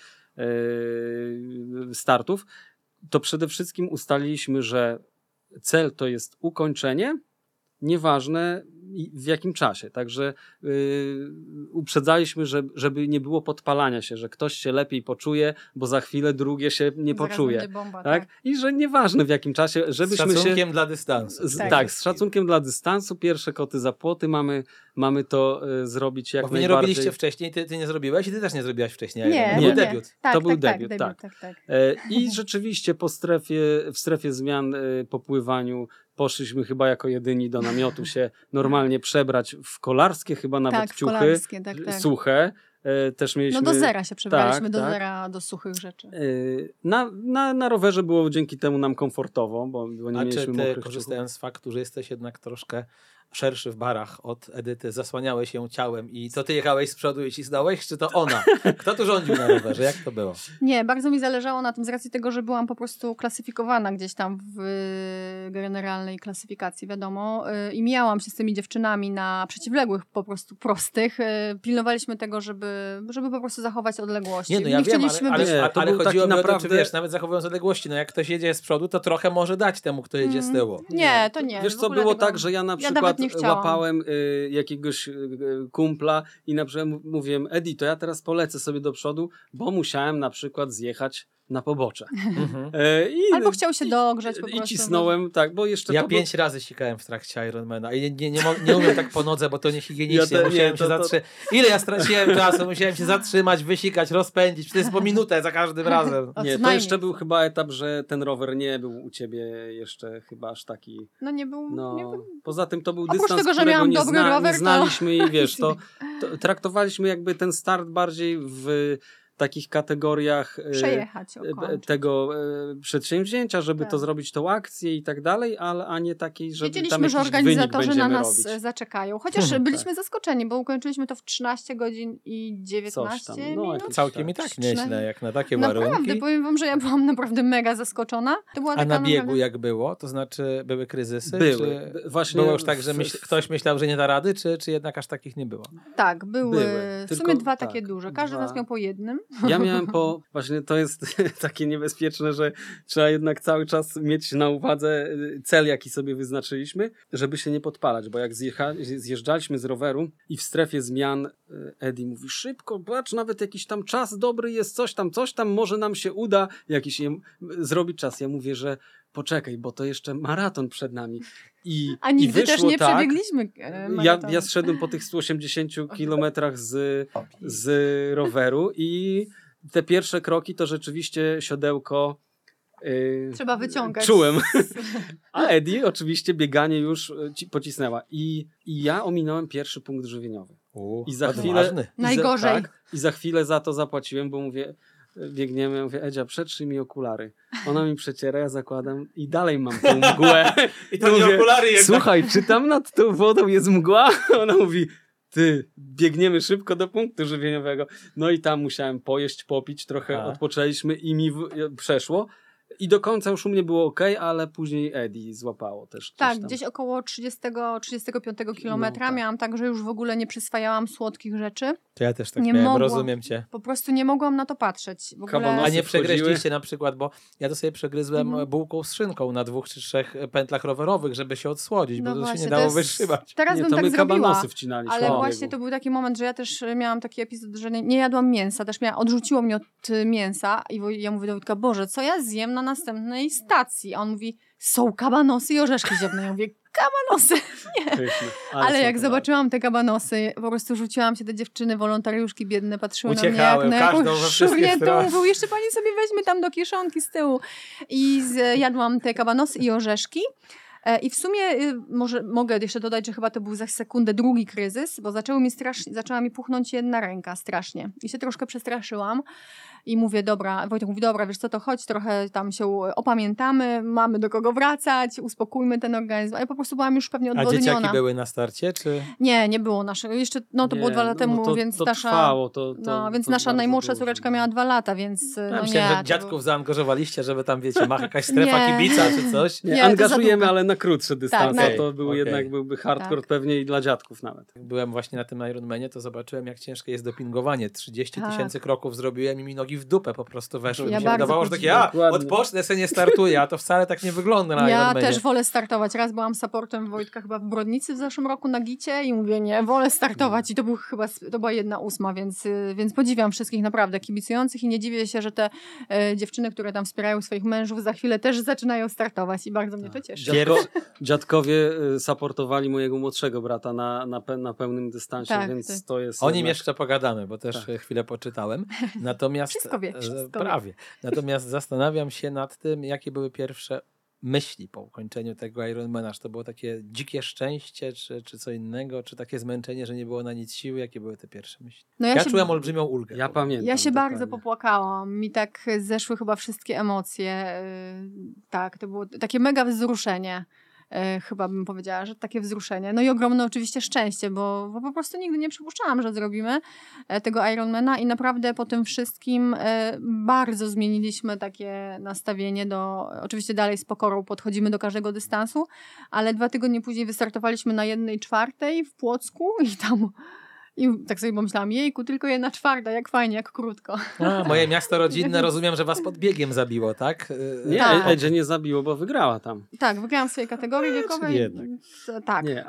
startów, to przede wszystkim ustaliliśmy, że cel to jest ukończenie, nieważne w jakim czasie. Także uprzedzaliśmy, żeby nie było podpalania się, że ktoś się lepiej poczuje, bo za chwilę drugie się nie Zaraz poczuje. będzie bomba, tak? I że nieważne w jakim czasie, żebyśmy z szacunkiem dla dystansu. Z szacunkiem dla dystansu. Pierwsze koty za płoty. Mamy to zrobić jak najbardziej. Wy nie robiliście wcześniej, ty nie zrobiłeś i ty też nie zrobiłaś wcześniej. Nie, to był debiut. To był debiut, tak. I rzeczywiście w strefie zmian po pływaniu poszliśmy chyba jako jedyni do namiotu się normalnie przebrać w kolarskie, chyba nawet ciuchy suche. Też mieliśmy... No do zera się przebraliśmy, do zera, do suchych rzeczy. Na rowerze było dzięki temu nam komfortowo, bo nie mieliśmy mokrych ciuchów. Korzystając z faktu, że jesteś jednak troszkę szerszy w barach od Edyty, zasłaniałeś ją ciałem i to ty jechałeś z przodu i cisnąłeś, czy to ona? Kto tu rządził na rowerze? Jak to było? Nie, bardzo mi zależało na tym z racji tego, że byłam po prostu klasyfikowana gdzieś tam w generalnej klasyfikacji, wiadomo, i mijałam się z tymi dziewczynami na przeciwległych, po prostu prostych. Pilnowaliśmy tego, żeby po prostu zachować odległości. Nie, no ja wiem, ale chodziło mi o to, czy wiesz, nawet zachowując odległości, no jak ktoś jedzie z przodu, to trochę może dać temu, kto jedzie z tyłu. Nie, to nie. Wiesz co, było tak, że ja na przykład łapałem jakiegoś kumpla i na przykład mówiłem, Edi, to ja teraz polecę sobie do przodu, bo musiałem na przykład zjechać na pobocze. Albo chciał się dogrzeć po prostu. I cisnąłem, tak, bo jeszcze ja 5 razy sikałem w trakcie Ironmana i nie umiem tak po nodze, bo to niehigienicznie. Ile ja straciłem czasu, musiałem się zatrzymać, wysikać, rozpędzić. To jest po minutę za każdym razem. Nie, to jeszcze był chyba etap, że ten rower nie był u ciebie jeszcze chyba aż taki... No nie był. Poza tym to był oprócz dystans, tego, że którego miałam dobry rower, nie znaliśmy i wiesz, to traktowaliśmy jakby ten start bardziej w takich kategoriach Przejechać tego przedsięwzięcia, żeby tak. to zrobić tą akcję i tak dalej, a nie takiej, żeby Wiedzieliśmy, tam że jakiś organizatorzy wynik na będziemy nas robić. zaczekają. Chociaż byliśmy zaskoczeni, bo ukończyliśmy to w 13 godzin i 19 minut. Całkiem i tak nieźle, jak na takie Naprawdę, warunki. powiem wam, że ja byłam naprawdę mega zaskoczona. To była A taka na biegu naprawdę... jak było? To znaczy były kryzysy? Były. Czy Właśnie było już tak, że ktoś myślał, że nie da rady, czy jednak aż takich nie było? Tak, były. W Tylko- sumie dwa tak, takie duże. Każdy z nas miał po jednym. Ja miałem właśnie to jest takie niebezpieczne, że trzeba jednak cały czas mieć na uwadze cel, jaki sobie wyznaczyliśmy, żeby się nie podpalać, bo jak zjeżdżaliśmy z roweru i w strefie zmian Eddie mówi, szybko, patrz, nawet jakiś tam czas dobry jest, coś tam, może nam się uda zrobić czas. Ja mówię, że poczekaj, bo to jeszcze maraton przed nami. A nigdy też nie tak, przebiegliśmy maratonu. Ja zszedłem po tych 180 kilometrach z roweru i te pierwsze kroki to rzeczywiście siodełko trzeba wyciągać. Czułem. A Eddie oczywiście bieganie już pocisnęła. I ja ominąłem pierwszy punkt żywieniowy. I za chwilę... Najgorzej. I za chwilę za to zapłaciłem, bo mówię, biegniemy, mówię, Edzia, przetrzyj mi okulary. Ona mi przeciera, ja zakładam i dalej mam tą mgłę. I to mówię, nie okulary jednak. Słuchaj, czy tam nad tą wodą jest mgła? Ona mówi, ty, biegniemy szybko do punktu żywieniowego. No i tam musiałem pojeść, popić, trochę odpoczęliśmy i mi przeszło. I do końca już u mnie było okej, ale później Eddie złapało też. Tak, gdzieś około 30-35 kilometra tak. miałam tak, że już w ogóle nie przyswajałam słodkich rzeczy. To ja też tak miałem, rozumiem cię. Po prostu nie mogłam na to patrzeć. W ogóle... A nie przegryźliście na przykład, bo ja to sobie przegryzłem bułką z szynką na 2 czy 3 pętlach rowerowych, żeby się odsłodzić, bo to się nie dało wytrzymać. Teraz bym to tak my zrobiła, kabanosy wcinaliśmy. Ale właśnie to był taki moment, że ja też miałam taki epizod, że nie jadłam mięsa, też odrzuciło mnie od mięsa i ja mówię do Wojtka, Boże, co ja zjem na następnej stacji? A on mówi, są kabanosy i orzeszki ziemne. Ja mówię, kabanosy, nie. Ale jak zobaczyłam te kabanosy, po prostu rzuciłam się do dziewczyny, wolontariuszki biedne, patrzyły na mnie jak na jakąś szurniętą. Mówią, jeszcze pani sobie weźmie tam do kieszonki z tyłu. I jadłam te kabanosy i orzeszki. I w sumie mogę jeszcze dodać, że chyba to był za sekundę drugi kryzys, bo zaczęła mi puchnąć jedna ręka strasznie. I się troszkę przestraszyłam. I mówię, Wojtek mówi, dobra, wiesz co, to chodź, trochę tam się opamiętamy, mamy do kogo wracać, uspokójmy ten organizm. A ja po prostu byłam już pewnie odwodniona. A dzieciaki były na starcie, czy? Nie było naszego. Jeszcze, to było 2 lata temu, więc więc nasza najmłodsza córeczka miała 2 lata, więc myślałem, że dziadków zaangażowaliście, żeby tam, wiecie, jakaś strefa kibica czy coś. Nie, angażujemy, ale na krótsze dystanse. Tak, to byłby hardcore pewnie i dla dziadków nawet. Byłem właśnie na tym Ironmanie, to zobaczyłem, jak ciężkie jest dopingowanie. 30 000 kroków zrobiłem i mi nogi w dupę po prostu weszły. Ja mi się wydawało, że takie, odpocznę, se nie startuję, a to wcale tak nie wygląda na Ironmanie. Ja też wolę startować. Raz byłam supportem Wojtka chyba w Brodnicy w zeszłym roku na Gicie i mówię, nie, wolę startować. I to była 1/8, więc podziwiam wszystkich naprawdę kibicujących i nie dziwię się, że te dziewczyny, które tam wspierają swoich mężów, za chwilę też zaczynają startować i bardzo mnie to cieszy. Dziadkowie supportowali mojego młodszego brata na pełnym dystansie, więc to jest... O nim jeszcze pogadamy, bo też chwilę poczytałem. Natomiast Wszystko prawie. Natomiast zastanawiam się nad tym, jakie były pierwsze myśli po ukończeniu tego Ironmana. Czy to było takie dzikie szczęście, czy co innego, czy takie zmęczenie, że nie było na nic siły? Jakie były te pierwsze myśli? Ja czułem olbrzymią ulgę. Ja pamiętam. Ja się bardzo popłakałam. Mi tak zeszły chyba wszystkie emocje. Tak, to było takie mega wzruszenie. Chyba bym powiedziała, że takie wzruszenie. No i ogromne oczywiście szczęście, bo po prostu nigdy nie przypuszczałam, że zrobimy tego Ironmana i naprawdę po tym wszystkim bardzo zmieniliśmy takie nastawienie oczywiście dalej z pokorą podchodzimy do każdego dystansu, ale 2 tygodnie później wystartowaliśmy na 1/4 w Płocku i tam... I tak sobie pomyślałam, jejku, tylko 1/4, jak fajnie, jak krótko. Moje miasto rodzinne, rozumiem, że was pod biegiem zabiło, tak? Nie, Edzie nie zabiło, bo wygrała tam. Tak, wygrałam w swojej kategorii wiekowej. Jednak. Tak, nie,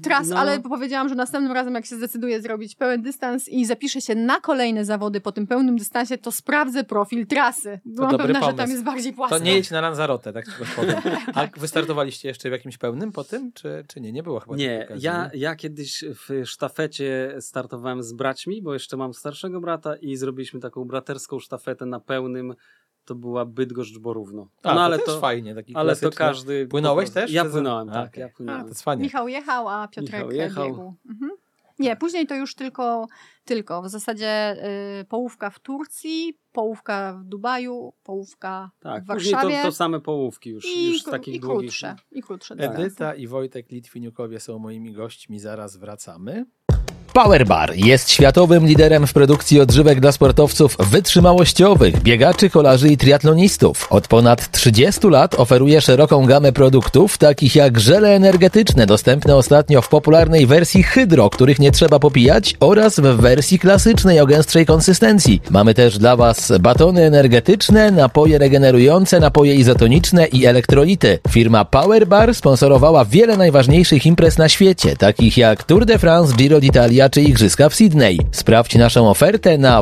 ale powiedziałam, że następnym razem, jak się zdecyduję zrobić pełen dystans i zapiszę się na kolejne zawody po tym pełnym dystansie, to sprawdzę profil trasy. Byłam pewna, że tam jest bardziej płasko. To nie jedź na Lanzarotę, tak ci powiem. A wystartowaliście jeszcze w jakimś pełnym po tym, czy nie? Nie było chyba. Nie, ja kiedyś w sztafecie startowałem z braćmi, bo jeszcze mam starszego brata i zrobiliśmy taką braterską sztafetę na pełnym. To była Bydgoszcz-Borówno. Ale to też fajnie. Taki ale to każdy... Płynąłeś też? Ja płynąłem, tak. Ja płynąłem. To jest fajnie. Michał jechał, a Piotrek biegł. Nie, później to już tylko. W zasadzie połówka w Turcji, połówka w Dubaju, połówka w Warszawie. Później to same połówki już z takich długich. I krótsze. Edyta i Wojtek Litwiniukowie są moimi gośćmi, zaraz wracamy. Powerbar jest światowym liderem w produkcji odżywek dla sportowców wytrzymałościowych, biegaczy, kolarzy i triatlonistów. Od ponad 30 lat oferuje szeroką gamę produktów, takich jak żele energetyczne, dostępne ostatnio w popularnej wersji hydro, których nie trzeba popijać, oraz w wersji klasycznej o gęstszej konsystencji. Mamy też dla Was batony energetyczne, napoje regenerujące, napoje izotoniczne i elektrolity. Firma Powerbar sponsorowała wiele najważniejszych imprez na świecie, takich jak Tour de France, Giro d'Italia czy Igrzyska w Sydney. Sprawdź naszą ofertę na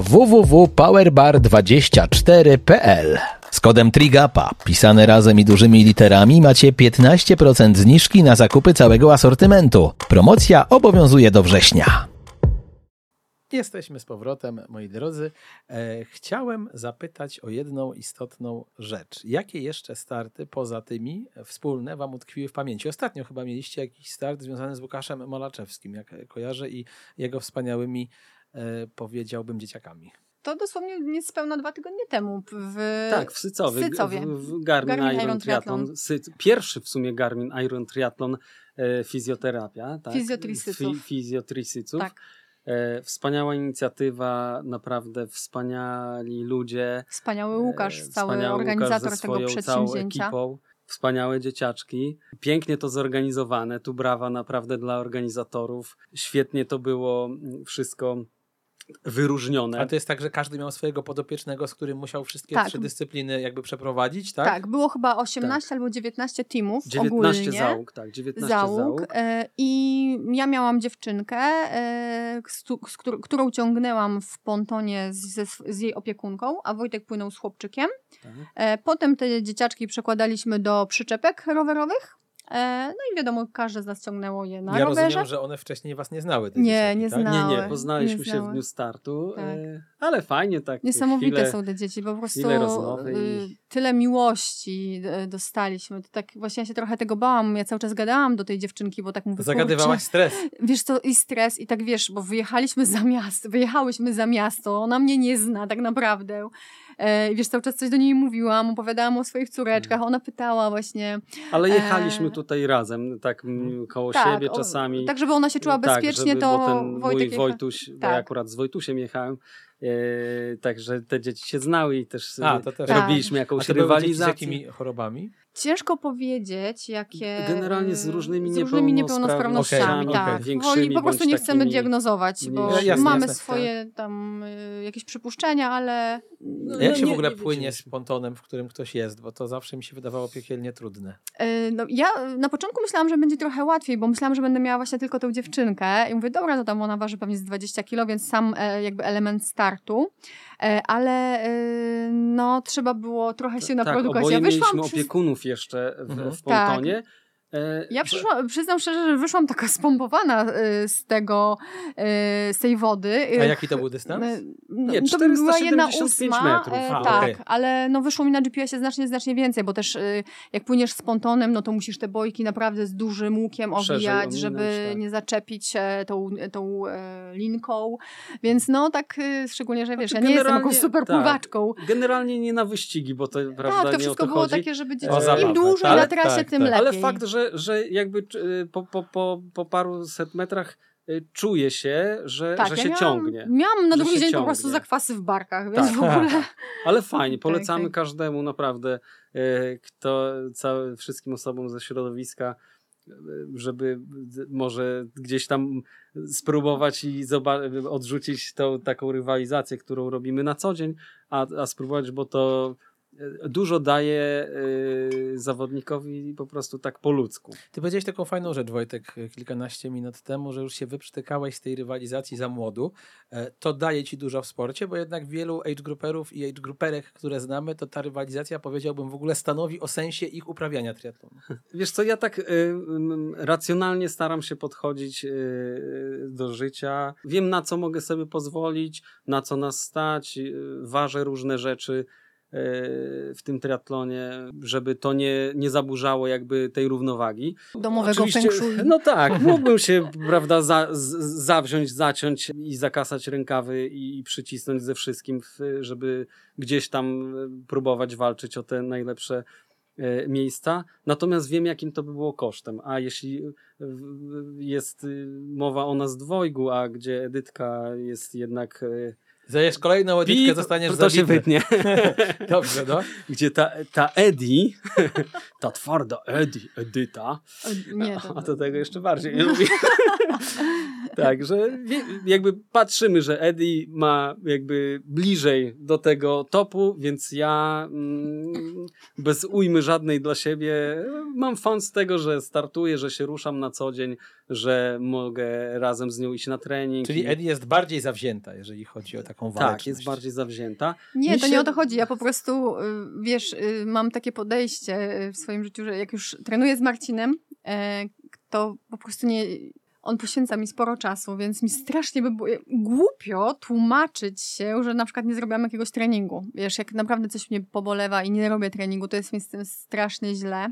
www.powerbar24.pl. Z kodem TRIGAPA, pisane razem i dużymi literami, macie 15% zniżki na zakupy całego asortymentu. Promocja obowiązuje do września. Jesteśmy z powrotem, moi drodzy. Chciałem zapytać o jedną istotną rzecz. Jakie jeszcze starty poza tymi wspólne Wam utkwiły w pamięci? Ostatnio chyba mieliście jakiś start związany z Łukaszem Molaczewskim, jak kojarzę, i jego wspaniałymi, powiedziałbym, dzieciakami. To dosłownie niespełna 2 tygodnie temu. W Sycowie. W Garmin Iron Triathlon. Pierwszy w sumie Garmin Iron Triathlon, fizjoterapia. Tak? Fizjotricyców. Tak. Wspaniała inicjatywa, naprawdę wspaniali ludzie. Wspaniały Łukasz, cały organizator tego przedsięwzięcia. Całą ekipą. Wspaniałe dzieciaczki. Pięknie to zorganizowane. Tu brawa naprawdę dla organizatorów. Świetnie to było wszystko wyróżnione. Ale to jest tak, że każdy miał swojego podopiecznego, z którym musiał wszystkie 3 dyscypliny jakby przeprowadzić, tak? Tak, było chyba 18 albo 19 teamów 19 ogólnie. załóg, tak. 19 załóg. I ja miałam dziewczynkę, którą ciągnęłam w pontonie z jej opiekunką, a Wojtek płynął z chłopczykiem. Tak. Potem te dzieciaczki przekładaliśmy do przyczepek rowerowych. No i wiadomo, każde z nas ciągnęło je na rowerze. Ja rozumiem, że one wcześniej was nie znały. Te nie dzieciaki, tak? znały. Nie, poznaliśmy się w dniu startu, tak. Ale fajnie tak. Niesamowite są te dzieci, po prostu tyle miłości dostaliśmy. To tak właśnie ja się trochę tego bałam, ja cały czas gadałam do tej dziewczynki, bo tak mówię, zagadywałaś stres. Wiesz co, i stres, i tak wiesz, bo wyjechałyśmy za miasto, ona mnie nie zna tak naprawdę. Wiesz, cały czas coś do niej mówiłam, opowiadałam o swoich córeczkach, ona pytała właśnie. Ale jechaliśmy tutaj razem, tak koło siebie czasami. Tak, żeby ona się czuła bezpiecznie, to bo ten Wojtek mój Wojtuś, bo ja akurat z Wojtusiem jechałem, także te dzieci się znały i też robiliśmy jakąś rywalizację. Z jakimi chorobami? Ciężko powiedzieć, jakie... Generalnie z różnymi niepełnosprawnościami. Tak. Większymi, po prostu nie chcemy diagnozować, bo mamy swoje tak. tam jakieś przypuszczenia, ale... Jak się w ogóle płynie z pontonem, w którym ktoś jest? Bo to zawsze mi się wydawało piekielnie trudne. Ja na początku myślałam, że będzie trochę łatwiej, bo myślałam, że będę miała właśnie tylko tę dziewczynkę i mówię, dobra, to tam ona waży pewnie z 20 kg, więc sam jakby element startu, ale no trzeba było trochę się naprodukować. Oboje mieliśmy opiekunów jeszcze w pontonie. Tak. Ja przyznam szczerze, że wyszłam taka spompowana z tej wody. A jaki to był dystans? Nie, to była 1,75 metrów. Tak, ale no wyszło mi na GPS-ie znacznie więcej, bo też jak płyniesz z pontonem, no to musisz te bojki naprawdę z dużym łukiem owijać, żeby nie zaczepić tą linką. Więc no tak, szczególnie, że wiesz, ja nie jestem jakąś super pływaczką. Generalnie nie na wyścigi, bo to prawda to nie wszystko o to było chodzi. takie, żeby im dłużej na trasie, tym lepiej. Ale fakt, że jakby po paruset metrach czuje się, że się ciągnie. Miałam na drugi dzień po prostu zakwasy w barkach, więc w ogóle... Ale fajnie, polecamy każdemu naprawdę, wszystkim osobom ze środowiska, żeby może gdzieś tam spróbować i odrzucić tą taką rywalizację, którą robimy na co dzień, a spróbować, bo to dużo daje zawodnikowi po prostu tak po ludzku. Ty powiedziałeś taką fajną rzecz, Wojtek, kilkanaście minut temu, że już się wyprztykałeś z tej rywalizacji za młodu. To daje ci dużo w sporcie, bo jednak wielu age grouperów i age grouperek, które znamy, to ta rywalizacja, powiedziałbym, w ogóle stanowi o sensie ich uprawiania triatlonu. Wiesz co, ja tak racjonalnie staram się podchodzić do życia. Wiem, na co mogę sobie pozwolić, na co nas stać, ważę różne rzeczy. w tym triatlonie, żeby to nie zaburzało jakby tej równowagi. Domowego Oczywiście, feng shui. no tak, mógłbym się, prawda, zawziąć, zaciąć i zakasać rękawy i przycisnąć ze wszystkim, żeby gdzieś tam próbować walczyć o te najlepsze miejsca. Natomiast wiem, jakim to by było kosztem. A jeśli jest mowa o nas dwojgu, a gdzie Edytka jest jednak... Zajesz kolejną Edytkę, zostaniesz to zabity. się wytnie. Dobrze, no. Gdzie ta Edi, ta twarda Edyta, Nie, a to tego jeszcze bardziej nie lubię. Także jakby patrzymy, że Eddie ma jakby bliżej do tego topu, więc ja bez ujmy żadnej dla siebie mam fan z tego, że startuję, że się ruszam na co dzień, że mogę razem z nią iść na trening. Czyli Eddie jest bardziej zawzięta, jeżeli chodzi o taką waleczność. Tak, jest bardziej zawzięta. Nie, to nie o to chodzi. Ja po prostu, wiesz, mam takie podejście w swoim życiu, że jak już trenuję z Marcinem, to po prostu on poświęca mi sporo czasu, więc mi strasznie by było głupio tłumaczyć się, że na przykład nie zrobiłam jakiegoś treningu. Wiesz, jak naprawdę coś mnie pobolewa i nie robię treningu, to jest mi z tym strasznie źle.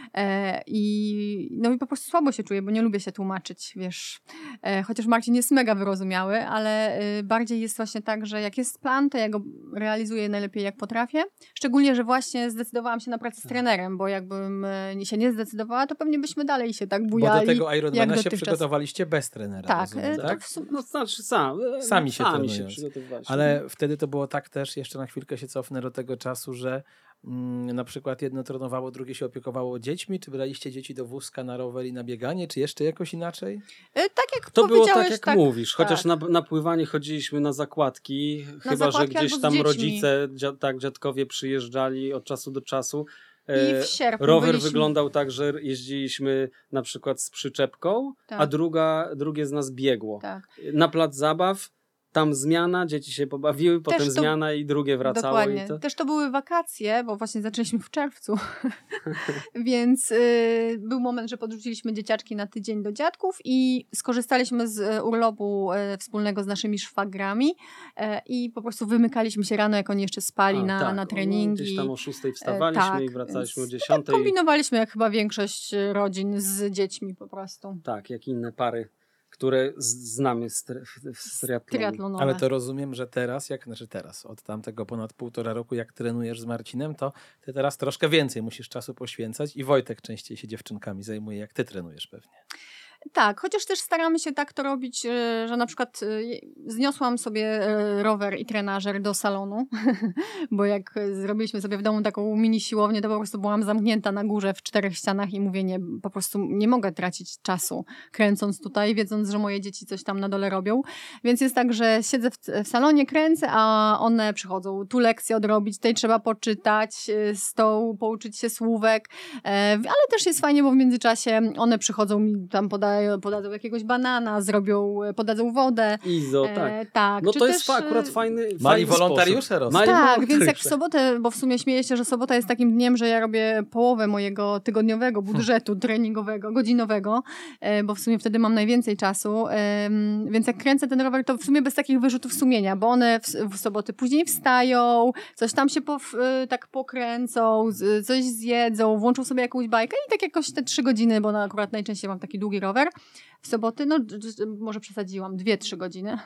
I po prostu słabo się czuję, bo nie lubię się tłumaczyć, wiesz. Chociaż Marcin jest mega wyrozumiały, ale bardziej jest właśnie tak, że jak jest plan, to ja go realizuję najlepiej jak potrafię. Szczególnie, że właśnie zdecydowałam się na pracę z trenerem, bo jakbym się nie zdecydowała, to pewnie byśmy dalej się tak bujali. Bo do tego Ironmana się dotychczas. przygotowaliście bez trenera. Tak, rozumiem, tak? No, znaczy Sami się przygotowywaliśmy. Ale wtedy to było tak też, jeszcze na chwilkę się cofnę do tego czasu, że na przykład jedno trenowało, drugie się opiekowało dziećmi, czy braliście dzieci do wózka na rower i na bieganie, czy jeszcze jakoś inaczej? Tak jak to było powiedziałeś, tak, jak mówisz. Chociaż na pływanie chodziliśmy na zakładki, chyba że gdzieś tam rodzice, dziadkowie przyjeżdżali od czasu do czasu. I w sierpniu rower wyglądał tak, że jeździliśmy na przykład z przyczepką, tak. a drugie z nas biegło. Tak. Na plac zabaw, tam zmiana, dzieci się pobawiły, potem to, zmiana i drugie wracało. Dokładnie. I to... Też to były wakacje, bo właśnie zaczęliśmy w czerwcu, więc był moment, że podrzuciliśmy dzieciaczki na tydzień do dziadków i skorzystaliśmy z urlopu wspólnego z naszymi szwagrami i po prostu wymykaliśmy się rano, jak oni jeszcze spali na treningi. Gdzieś tam o 6 wstawaliśmy tak, i wracaliśmy o 10. Tak kombinowaliśmy jak chyba większość rodzin z dziećmi po prostu. Tak, jak inne pary, które znamy z triatlonu. Ale to rozumiem, że teraz, od tamtego ponad 1,5 roku, jak trenujesz z Marcinem, to ty teraz troszkę więcej musisz czasu poświęcać i Wojtek częściej się dziewczynkami zajmuje, jak ty trenujesz pewnie. Tak, chociaż też staramy się tak to robić, że na przykład zniosłam sobie rower i trenażer do salonu, bo jak zrobiliśmy sobie w domu taką mini siłownię, to po prostu byłam zamknięta na górze w 4 ścianach i mówię, nie, po prostu nie mogę tracić czasu kręcąc tutaj, wiedząc, że moje dzieci coś tam na dole robią. Więc jest tak, że siedzę w salonie, kręcę, a one przychodzą tu lekcję odrobić, tutaj trzeba poczytać, z tą pouczyć się słówek, ale też jest fajnie, bo w międzyczasie one przychodzą mi tam podadzą jakiegoś banana, podadzą wodę. Tak. No to też jest akurat fajny Mali wolontariusze rosną. Tak, więc jak w sobotę, bo w sumie śmieję się, że sobota jest takim dniem, że ja robię połowę mojego tygodniowego budżetu treningowego, godzinowego, bo w sumie wtedy mam najwięcej czasu, więc jak kręcę ten rower, to w sumie bez takich wyrzutów sumienia, bo one w soboty później wstają, coś tam się tak pokręcą, coś zjedzą, włączą sobie jakąś bajkę i tak jakoś te 3 godziny, bo akurat najczęściej mam taki długi rower, w soboty, może przesadziłam, 2-3 godziny.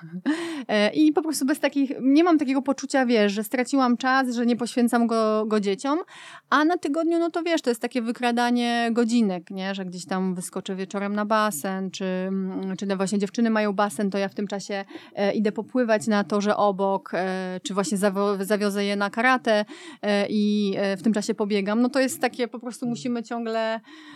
I po prostu nie mam takiego poczucia, wiesz, że straciłam czas, że nie poświęcam go dzieciom, a na tygodniu, no to wiesz, to jest takie wykradanie godzinek, nie, że gdzieś tam wyskoczę wieczorem na basen, czy właśnie dziewczyny mają basen, to ja w tym czasie idę popływać na torze obok, czy właśnie zawiozę je na karate i w tym czasie pobiegam. No to jest takie, po prostu musimy ciągle...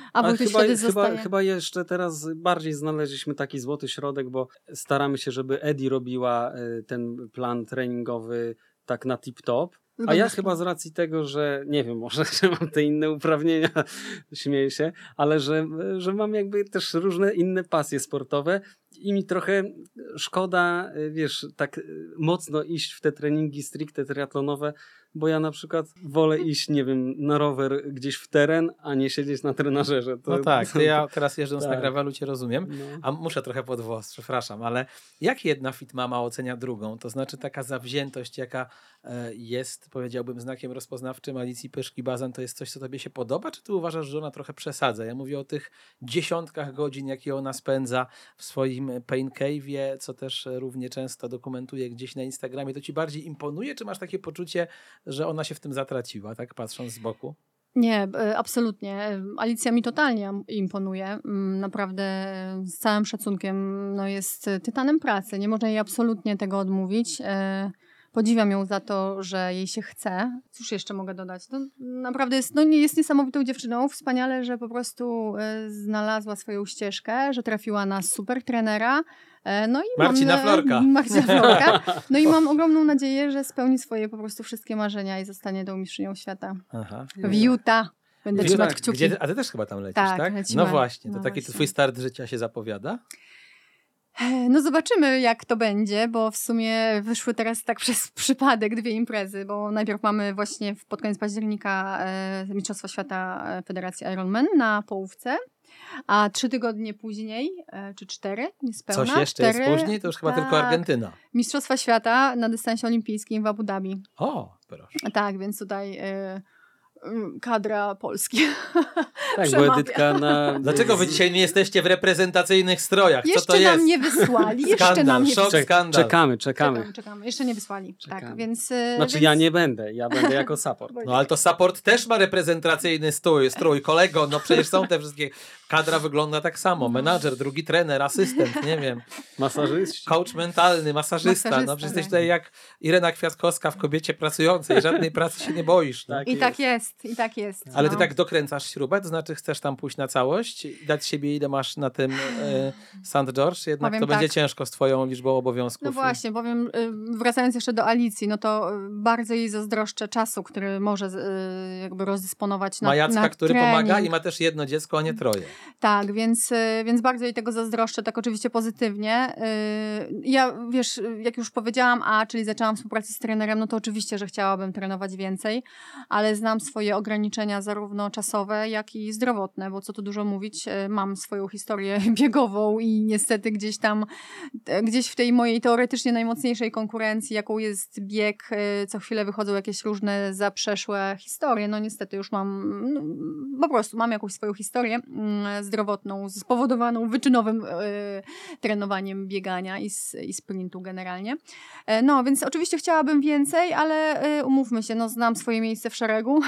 Chyba jeszcze teraz bardziej znaleźliśmy taki złoty środek, bo staramy się, żeby Edi robiła ten plan treningowy tak na tip-top. A ja chyba z racji tego, że nie wiem, może że mam te inne uprawnienia, śmieję się, ale że mam jakby też różne inne pasje sportowe i mi trochę szkoda, wiesz, tak mocno iść w te treningi stricte triatlonowe, bo ja na przykład wolę iść, nie wiem, na rower gdzieś w teren, a nie siedzieć na trenażerze. Ja teraz jeżdżąc na gravelu cię rozumiem, no. A muszę trochę pod włos, przepraszam, ale jak jedna fit mama ocenia drugą? To znaczy taka zawziętość, jaka jest, powiedziałbym, znakiem rozpoznawczym Alicji Pyszki-Bazan, to jest coś, co tobie się podoba, czy ty uważasz, że ona trochę przesadza? Ja mówię o tych dziesiątkach godzin, jakie ona spędza w swoim Pain Cave'ie, co też równie często dokumentuje gdzieś na Instagramie. To ci bardziej imponuje, czy masz takie poczucie, że ona się w tym zatraciła, tak patrząc z boku? Nie, absolutnie. Alicja mi totalnie imponuje. Naprawdę z całym szacunkiem no jest tytanem pracy. Nie można jej absolutnie tego odmówić. Podziwiam ją za to, że jej się chce. Cóż jeszcze mogę dodać? To naprawdę jest niesamowitą dziewczyną. Wspaniale, że po prostu znalazła swoją ścieżkę, że trafiła na super trenera. No i Marcina Florka. No i mam ogromną nadzieję, że spełni swoje po prostu wszystkie marzenia i zostanie tą mistrzynią świata. Aha. W Utah. Będę trzymać kciuki. A ty też chyba tam lecisz, Tak, tak? lecimy. No właśnie, to No taki właśnie. twój start życia się zapowiada? No zobaczymy, jak to będzie, bo w sumie wyszły teraz tak przez przypadek 2 imprezy, bo najpierw mamy właśnie pod koniec października Mistrzostwa Świata Federacji Ironman na Połówce, a 3 tygodnie później, czy 4, niespełna. Coś jeszcze 4, jest później? To już chyba tylko Argentyna. Mistrzostwa Świata na dystansie olimpijskim w Abu Dhabi. O, proszę. Tak, więc tutaj kadra Polski. Tak, bo przemawia. Edytka na... Dlaczego wy dzisiaj nie jesteście w reprezentacyjnych strojach? Co Jeszcze to jest? nam nie wysłali. Skandal, szok, skandal. Czekamy. Czekamy. Jeszcze nie wysłali. Czekamy. Tak, więc, Znaczy więc... ja nie będę, ja będę jako support. No ale to support też ma reprezentacyjny strój. Kolego, no przecież są te wszystkie... Kadra wygląda tak samo. Menadżer, drugi trener, asystent, nie wiem. Masażyści. Coach mentalny, masażysta. No przecież jesteś tak. tutaj jak Irena Kwiatkowska w Kobiecie Pracującej. Żadnej pracy się nie boisz. No. Tak. I tak jest. Ale ty no. tak dokręcasz śrubę? To znaczy chcesz tam pójść na całość i dać siebie ile masz na tym St. George? Jednak Powiem to będzie tak. ciężko z twoją liczbą obowiązków. No właśnie, powiem, wracając jeszcze do Alicji, no to bardzo jej zazdroszczę czasu, który może jakby rozdysponować na Ma Jacka, na który trening. pomaga i ma też jedno dziecko, a nie 3. Tak, więc bardzo jej tego zazdroszczę, tak oczywiście pozytywnie. Ja, wiesz, jak już powiedziałam, czyli zaczęłam współpracę z trenerem, no to oczywiście, że chciałabym trenować więcej, ale znam swoje ograniczenia zarówno czasowe, jak i zdrowotne, bo co tu dużo mówić, mam swoją historię biegową i niestety gdzieś w tej mojej teoretycznie najmocniejszej konkurencji, jaką jest bieg, co chwilę wychodzą jakieś różne zaprzeszłe historie. No niestety już po prostu mam jakąś swoją historię zdrowotną, spowodowaną wyczynowym trenowaniem biegania i sprintu generalnie. No, więc oczywiście chciałabym więcej, ale umówmy się, no znam swoje miejsce w szeregu,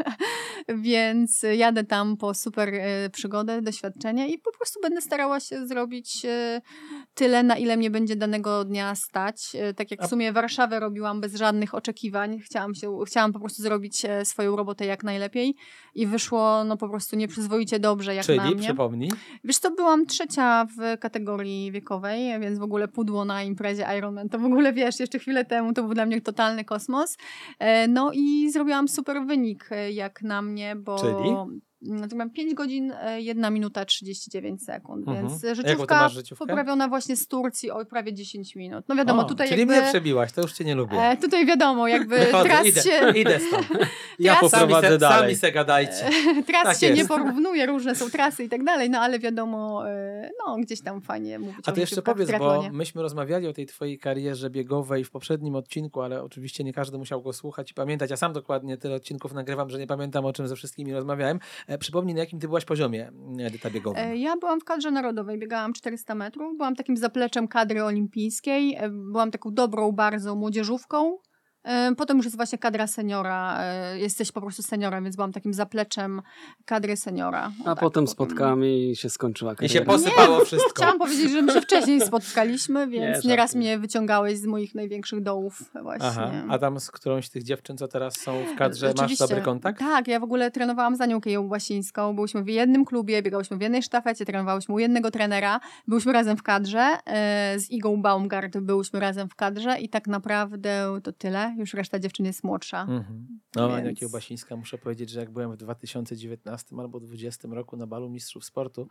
więc jadę tam po super przygodę, doświadczenie i po prostu będę starała się zrobić tyle, na ile mnie będzie danego dnia stać. Tak jak w sumie Warszawę robiłam bez żadnych oczekiwań. Chciałam po prostu zrobić swoją robotę jak najlepiej i wyszło no po prostu nieprzyzwoicie dobrze jak na mnie. Czyli, przypomnij. Wiesz co, byłam 3. w kategorii wiekowej, więc w ogóle pudło na imprezie Ironman. To w ogóle, wiesz, jeszcze chwilę temu to był dla mnie totalny kosmos. No i zrobiłam super wynik jak na mnie, bo... Czyli? No to mam 5 godzin, 1 minuta 39 sekund, więc Jaką ty życiówka masz życiówkę? poprawiona właśnie z Turcji o prawie 10 minut. No wiadomo, tutaj czyli jakby... mnie przebiłaś, to już cię nie lubię. Tutaj wiadomo, jakby Wychodzę, tras idę stąd. Ja Trasy- poprowadzę dalej. Sami se gadajcie. tras Tak się jest. nie porównuje, różne są trasy i tak dalej, no ale wiadomo, no gdzieś tam fajnie mówić A o to jeszcze życiówkach w powiedz, bo triatlonie. myśmy rozmawiali o tej twojej karierze biegowej w poprzednim odcinku, ale oczywiście nie każdy musiał go słuchać i pamiętać. Ja sam dokładnie tyle odcinków nagrywam, że nie pamiętam, o czym ze wszystkimi rozmawiałem. Przypomnij, na jakim ty byłaś poziomie, Edyta, biegowym. Ja byłam w kadrze narodowej, biegałam 400 metrów, byłam takim zapleczem kadry olimpijskiej, byłam taką dobrą bardzo młodzieżówką. Potem już jest właśnie kadra seniora, jesteś po prostu seniorem, więc byłam takim zapleczem kadry seniora. O A tak potem powiem. spotkamy i się skończyła I kariera. się posypało wszystko. Chciałam powiedzieć, że my się wcześniej spotkaliśmy, więc Nie, nieraz żartuję. mnie wyciągałeś z moich największych dołów właśnie. Aha, a tam z którąś z tych dziewczyn, co teraz są w kadrze, masz Oczywiście. dobry kontakt? Tak, ja w ogóle trenowałam z Anią Keją Łasińską, byłyśmy w jednym klubie, biegałyśmy w jednej sztafecie, trenowałyśmy u jednego trenera, byłyśmy razem w kadrze, z Igą Baumgart byłyśmy razem w kadrze i tak naprawdę to tyle, już reszta dziewczyn jest młodsza. No, Więc- Ania Kiełbasińska, muszę powiedzieć, że jak byłem w 2019 albo 2020 roku na balu mistrzów sportu,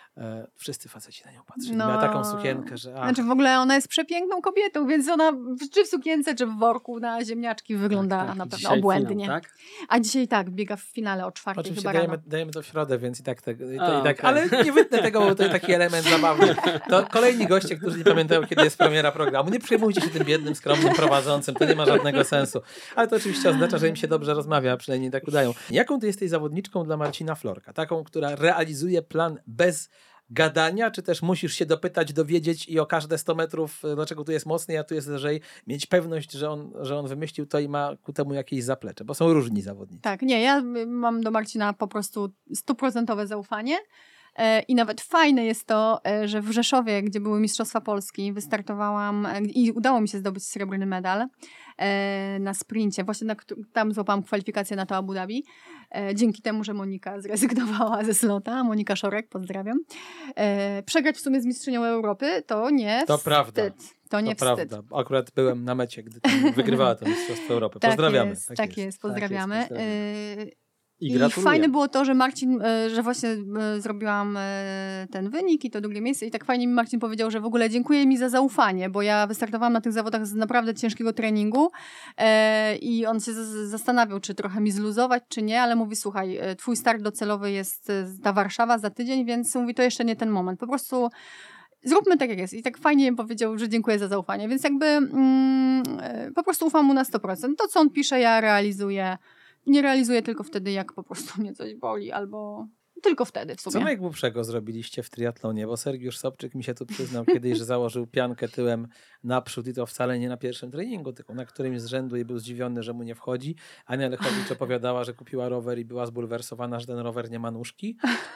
Wszyscy faceci na nią patrzyli. Miała taką sukienkę, że... Znaczy w ogóle ona jest przepiękną kobietą, więc ona czy w sukience, czy w worku na ziemniaczki wygląda tak. naprawdę Dzisiaj obłędnie. finał, tak? A dzisiaj tak, biega w finale o 4:00 Oczywiście chyba rano. dajemy to w środę, więc i tak. Okay. Ale nie wytnę tego, bo to jest taki element zabawny. To kolejni goście, którzy nie pamiętają, kiedy jest premiera programu. Nie przejmujcie się tym biednym, skromnym prowadzącym. To nie ma żadnego sensu. Ale to oczywiście oznacza, że im się dobrze rozmawia, a przynajmniej tak udają. Jaką ty jesteś zawodniczką dla Marcina Florka? Taką, która realizuje plan bez gadania, czy też musisz się dopytać, dowiedzieć i o każde 100 metrów, dlaczego tu jest mocniej, a tu jest lżej, mieć pewność, że on wymyślił to i ma ku temu jakieś zaplecze, bo są różni zawodnicy. Tak, nie, ja mam do Marcina po prostu 100% zaufanie. I nawet fajne jest to, że w Rzeszowie, gdzie były Mistrzostwa Polski, wystartowałam i udało mi się zdobyć srebrny medal na sprincie. Właśnie tam złapałam kwalifikację na to Abu Dhabi. Dzięki temu, że Monika zrezygnowała ze slota. Monika Szorek, pozdrawiam. Przegrać w sumie z mistrzynią Europy to nie to wstyd. Prawda. To nie to wstyd. prawda. Akurat byłem na mecie, gdy wygrywała to Mistrzostwo Europy. Pozdrawiamy. Tak jest, pozdrawiamy. I fajne było to, że Marcin, że właśnie zrobiłam ten wynik i to drugie miejsce i tak fajnie mi Marcin powiedział, że w ogóle dziękuję mi za zaufanie, bo ja wystartowałam na tych zawodach z naprawdę ciężkiego treningu i on się zastanawiał, czy trochę mi zluzować, czy nie, ale mówi, słuchaj, twój start docelowy jest ta Warszawa za tydzień, więc mówi, to jeszcze nie ten moment. Po prostu zróbmy tak, jak jest. I tak fajnie powiedział, że dziękuję za zaufanie, więc jakby po prostu ufam mu na 100%. To, co on pisze, ja realizuję. Nie realizuję tylko wtedy, jak po prostu mnie coś boli, albo tylko wtedy w sumie. Co najgłupszego zrobiliście w triatlonie? Bo Sergiusz Sobczyk mi się tu przyznał kiedyś, że założył piankę tyłem naprzód i to wcale nie na pierwszym treningu, tylko na którymś z rzędu i był zdziwiony, że mu nie wchodzi. Ania Lechowicz opowiadała, że kupiła rower i była zbulwersowana, że ten rower nie ma nóżki.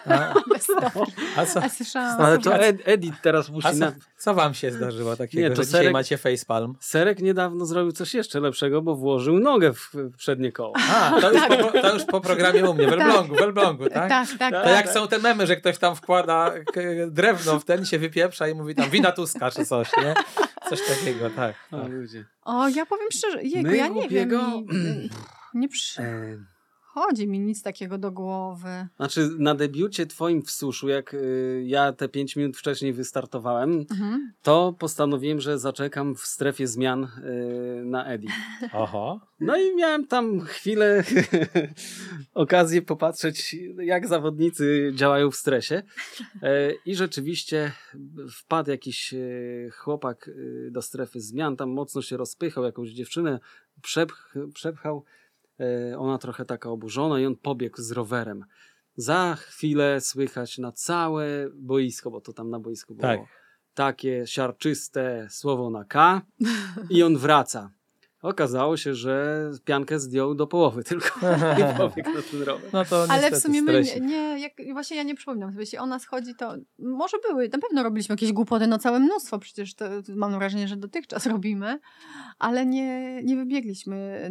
Ale to Edit teraz musi... Co wam się zdarzyło takiego, nie, że dzisiaj macie facepalm? Serek niedawno zrobił coś jeszcze lepszego, bo włożył nogę w przednie koło. To już po programie u mnie, w Elblągu, tak? Tak. To jak są te memy, że ktoś tam wkłada drewno w ten, się wypieprza i mówi tam wina Tuska czy coś, nie? Coś takiego, tak. O, ludzie. O, ja powiem szczerze, ja nie wiem. Nie przychodzi mi nic takiego do głowy. Znaczy na debiucie twoim w suszu, jak ja te 5 minut wcześniej wystartowałem, to postanowiłem, że zaczekam w strefie zmian na Edi. Oho. No i miałem tam chwilę okazję popatrzeć, jak zawodnicy działają w stresie. I rzeczywiście wpadł jakiś chłopak do strefy zmian, tam mocno się rozpychał, jakąś dziewczynę przepchał. Ona trochę taka oburzona i on pobiegł z rowerem. Za chwilę słychać na całe boisko, bo to tam na boisku było takie siarczyste słowo na K i on wraca. Okazało się, że piankę zdjął do połowy tylko i pobiegł na ten rower. No to ale w sumie my właśnie ja nie przypominam sobie, jeśli ona schodzi, to może na pewno robiliśmy jakieś głupoty, całe mnóstwo, przecież to mam wrażenie, że dotychczas robimy, ale nie wybiegliśmy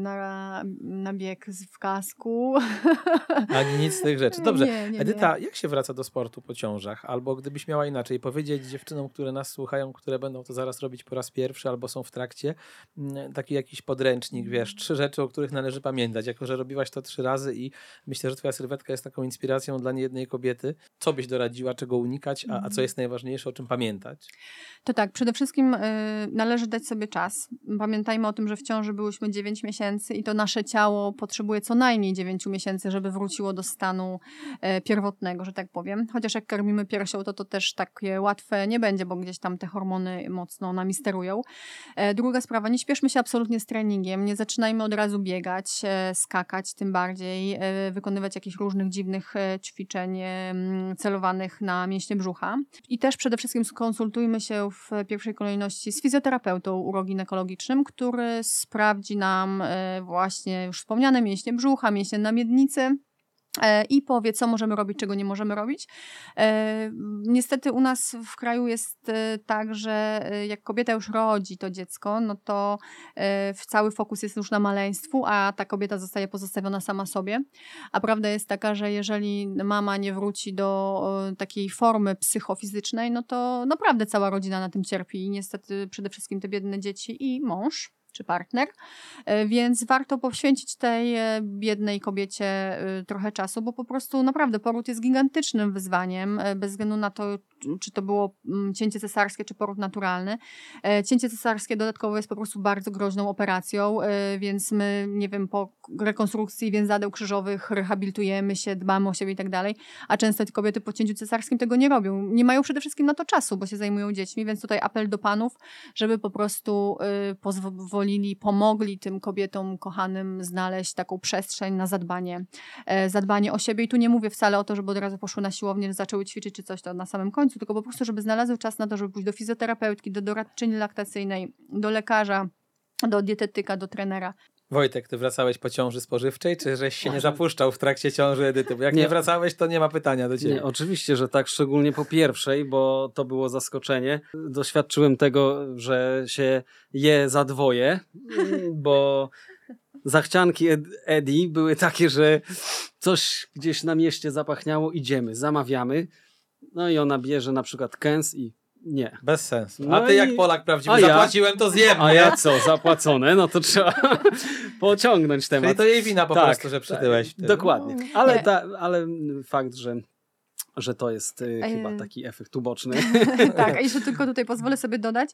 na bieg w kasku. Ani nic z tych rzeczy. Dobrze, nie. Edyta, jak się wraca do sportu po ciążach? Albo gdybyś miała inaczej powiedzieć dziewczynom, które nas słuchają, które będą to zaraz robić po raz pierwszy albo są w trakcie, taki jakiś podręcznik, 3 rzeczy, o których należy pamiętać. Jako że robiłaś to 3 razy i myślę, że twoja sylwetka jest taką inspiracją dla niejednej kobiety. Co byś doradziła, czego unikać, a co jest najważniejsze, o czym pamiętać? To tak, przede wszystkim należy dać sobie czas. Pamiętajmy o tym, że w ciąży byłyśmy 9 miesięcy i to nasze ciało potrzebuje co najmniej 9 miesięcy, żeby wróciło do stanu pierwotnego, że tak powiem. Chociaż jak karmimy piersią, to też takie łatwe nie będzie, bo gdzieś tam te hormony mocno nami sterują. Druga sprawa, nie śpieszmy się absolutnie z treningiem, nie zaczynajmy od razu biegać, skakać, tym bardziej wykonywać jakichś różnych dziwnych ćwiczeń celowanych na mięśnie brzucha. I też przede wszystkim skonsultujmy się w pierwszej kolejności z fizjoterapeutą uroginekologicznym, który sprawdzi nam właśnie już wspomniane mięśnie brzucha, mięśnie na miednicy i powie, co możemy robić, czego nie możemy robić. Niestety u nas w kraju jest tak, że jak kobieta już rodzi to dziecko, no to cały fokus jest już na maleństwu, a ta kobieta zostaje pozostawiona sama sobie. A prawda jest taka, że jeżeli mama nie wróci do takiej formy psychofizycznej, no to naprawdę cała rodzina na tym cierpi i niestety przede wszystkim te biedne dzieci i mąż. czy partner, więc warto poświęcić tej biednej kobiecie trochę czasu, bo po prostu naprawdę poród jest gigantycznym wyzwaniem, bez względu na to, czy to było cięcie cesarskie, czy poród naturalny. Cięcie cesarskie dodatkowo jest po prostu bardzo groźną operacją, więc my, nie wiem, po rekonstrukcji więzadeł krzyżowych rehabilitujemy się, dbamy o siebie i tak dalej, a często te kobiety po cięciu cesarskim tego nie robią. Nie mają przede wszystkim na to czasu, bo się zajmują dziećmi, więc tutaj apel do panów, żeby po prostu pomogli tym kobietom kochanym znaleźć taką przestrzeń na zadbanie o siebie. I tu nie mówię wcale o to, żeby od razu poszły na siłownię, zaczęły ćwiczyć czy coś to na samym końcu, tylko po prostu, żeby znalazły czas na to, żeby pójść do fizjoterapeutki, do doradczyni laktacyjnej, do lekarza, do dietetyka, do trenera. Wojtek, ty wracałeś po ciąży spożywczej, czy żeś się nie zapuszczał w trakcie ciąży Edyty? Bo jak nie wracałeś, to nie ma pytania do ciebie. Nie, oczywiście, że tak, szczególnie po pierwszej, bo to było zaskoczenie. Doświadczyłem tego, że się je za dwoje, bo zachcianki Edi były takie, że coś gdzieś na mieście zapachniało, idziemy, zamawiamy. No i ona bierze na przykład kęs i nie. Bez sensu. No A ty i- jak Polak prawdziwy, a ja- zapłaciłem, to zjem. A ja co, zapłacone? No to trzeba pociągnąć temat. Czyli to jej wina po Tak, prostu, że przytyłeś. tak, dokładnie. No, Ale, nie. ale fakt, że to jest chyba taki efekt uboczny. Tak, a jeszcze tylko tutaj pozwolę sobie dodać,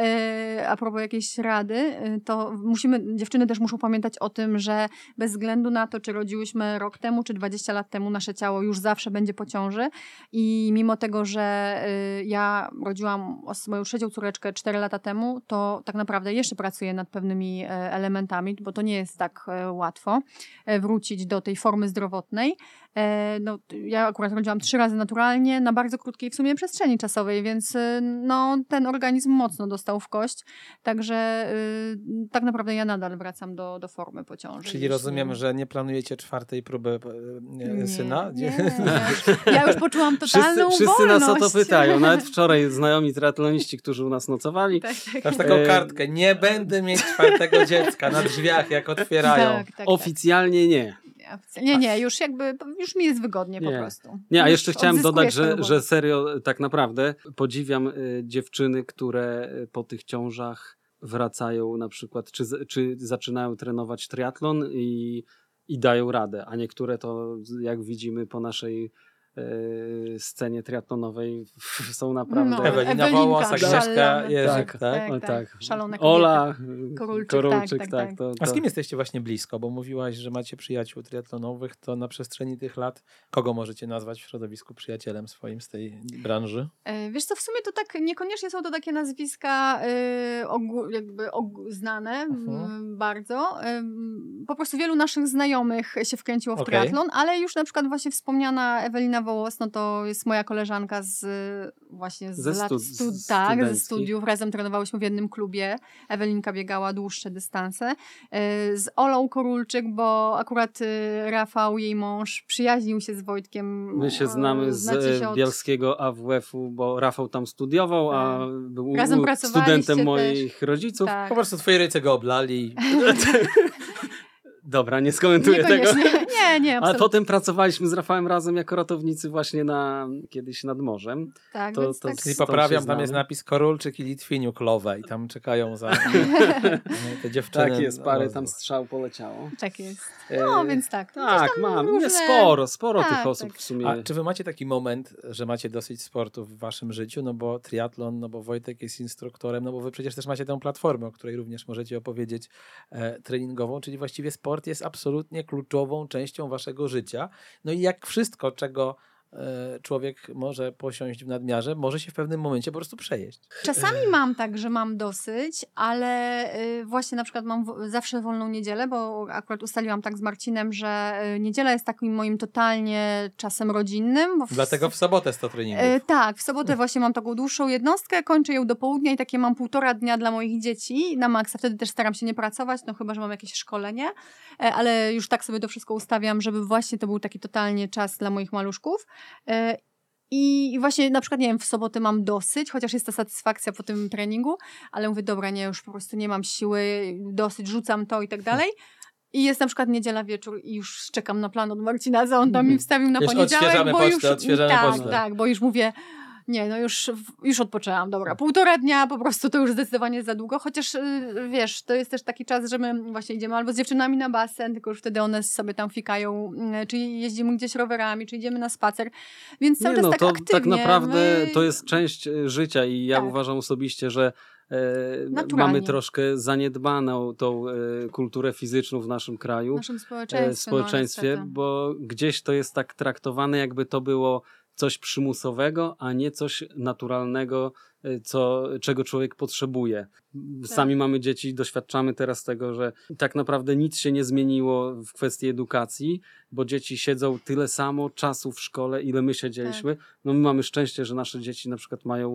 a propos jakiejś rady, to dziewczyny też muszą pamiętać o tym, że bez względu na to, czy rodziłyśmy rok temu, czy 20 lat temu, nasze ciało już zawsze będzie po ciąży i mimo tego, że ja rodziłam moją trzecią córeczkę 4 lata temu, to tak naprawdę jeszcze pracuję nad pewnymi elementami, bo to nie jest tak łatwo wrócić do tej formy zdrowotnej. No, ja akurat rodziłam 3 razy naturalnie, na bardzo krótkiej w sumie przestrzeni czasowej, więc no, ten organizm mocno dostał w kość, także tak naprawdę ja nadal wracam do formy po ciąży. Czyli rozumiem, że nie planujecie 4. próby syna? Nie. Ja już poczułam totalną Wszyscy nas o to wolność. pytają. Nawet wczoraj znajomi triatloniści, którzy u nas nocowali. Tak. Masz taką kartkę, nie będę mieć 4. dziecka na drzwiach, jak otwierają. Tak. Oficjalnie nie. Nie, już mi jest wygodnie po Nie. prostu. Nie, a Już jeszcze chciałem odzyskuję dodać, swoją że serio tak naprawdę podziwiam dziewczyny, które po tych ciążach wracają na przykład, czy zaczynają trenować triatlon i dają radę, a niektóre to jak widzimy po naszej scenie triatlonowej są naprawdę... No, Ewelina Ewelinka, Wołos, Agnieszka szalone. Jerzyk, tak? O, tak. Szalone kobiety. Ola, Korulczyk, tak. tak. A z kim jesteście właśnie blisko? Bo mówiłaś, że macie przyjaciół triatlonowych, to na przestrzeni tych lat kogo możecie nazwać w środowisku przyjacielem swoim z tej branży? Wiesz co, w sumie to tak niekoniecznie są to takie nazwiska znane bardzo. Po prostu wielu naszych znajomych się wkręciło w triatlon, ale już na przykład właśnie wspomniana Ewelina Wołos, no to jest moja koleżanka ze studiów. Razem trenowałyśmy w jednym klubie. Ewelinka biegała dłuższe dystanse. Z Olą Korulczyk, bo akurat Rafał, jej mąż, przyjaźnił się z Wojtkiem. My się znamy z bielskiego AWF-u, bo Rafał tam studiował, a był studentem moich rodziców. Tak. Po prostu twoi rodzice go oblali. Dobra, nie skomentuję tego. Nie, ale potem pracowaliśmy z Rafałem razem jako ratownicy właśnie kiedyś nad morzem. Tak, I poprawiam, tam jest napis Korulczyk i Litwiniuk Lowe i tam czekają za te dziewczyny. Tak jest, parę tam strzał poleciało. Tak jest. No, więc tak. Tak, mam. Różne... Sporo tych osób w sumie. A czy wy macie taki moment, że macie dosyć sportu w waszym życiu? No bo triatlon, no bo Wojtek jest instruktorem, no bo wy przecież też macie tę platformę, o której również możecie opowiedzieć, treningową, czyli właściwie sport jest absolutnie kluczową częścią waszego życia. No i jak wszystko, czego człowiek może posiąść w nadmiarze, może się w pewnym momencie po prostu przejeść. Czasami mam tak, że mam dosyć, ale właśnie na przykład mam zawsze wolną niedzielę, bo akurat ustaliłam tak z Marcinem, że niedziela jest takim moim totalnie czasem rodzinnym. Bo Dlatego w sobotę 100 treningów. Tak, w sobotę właśnie mam taką dłuższą jednostkę, kończę ją do południa i takie mam 1,5 dnia dla moich dzieci na maksa. Wtedy też staram się nie pracować, no chyba, że mam jakieś szkolenie, ale już tak sobie to wszystko ustawiam, żeby właśnie to był taki totalnie czas dla moich maluszków. I właśnie na przykład, nie wiem, w sobotę mam dosyć, chociaż jest to satysfakcja po tym treningu, ale mówię, dobra, nie, już po prostu nie mam siły, dosyć, rzucam to i tak dalej. I jest na przykład niedziela wieczór i już czekam na plan od Marcina, co on tam mi wstawił na już poniedziałek. Odświeżamy pocztę. Tak, bo już mówię, Nie, no już odpoczęłam, dobra. 1,5 dnia po prostu to już zdecydowanie za długo, chociaż wiesz, to jest też taki czas, że my właśnie idziemy albo z dziewczynami na basen, tylko już wtedy one sobie tam fikają, czy jeździmy gdzieś rowerami, czy idziemy na spacer, więc cały czas tak aktywnie. Tak naprawdę to jest część życia i ja uważam osobiście, że mamy troszkę zaniedbaną tą kulturę fizyczną w naszym kraju, w naszym społeczeństwie, bo gdzieś to jest tak traktowane, jakby to było coś przymusowego, a nie coś naturalnego, czego człowiek potrzebuje. Sami mamy dzieci, doświadczamy teraz tego, że tak naprawdę nic się nie zmieniło w kwestii edukacji, bo dzieci siedzą tyle samo czasu w szkole, ile my siedzieliśmy. No my mamy szczęście, że nasze dzieci na przykład mają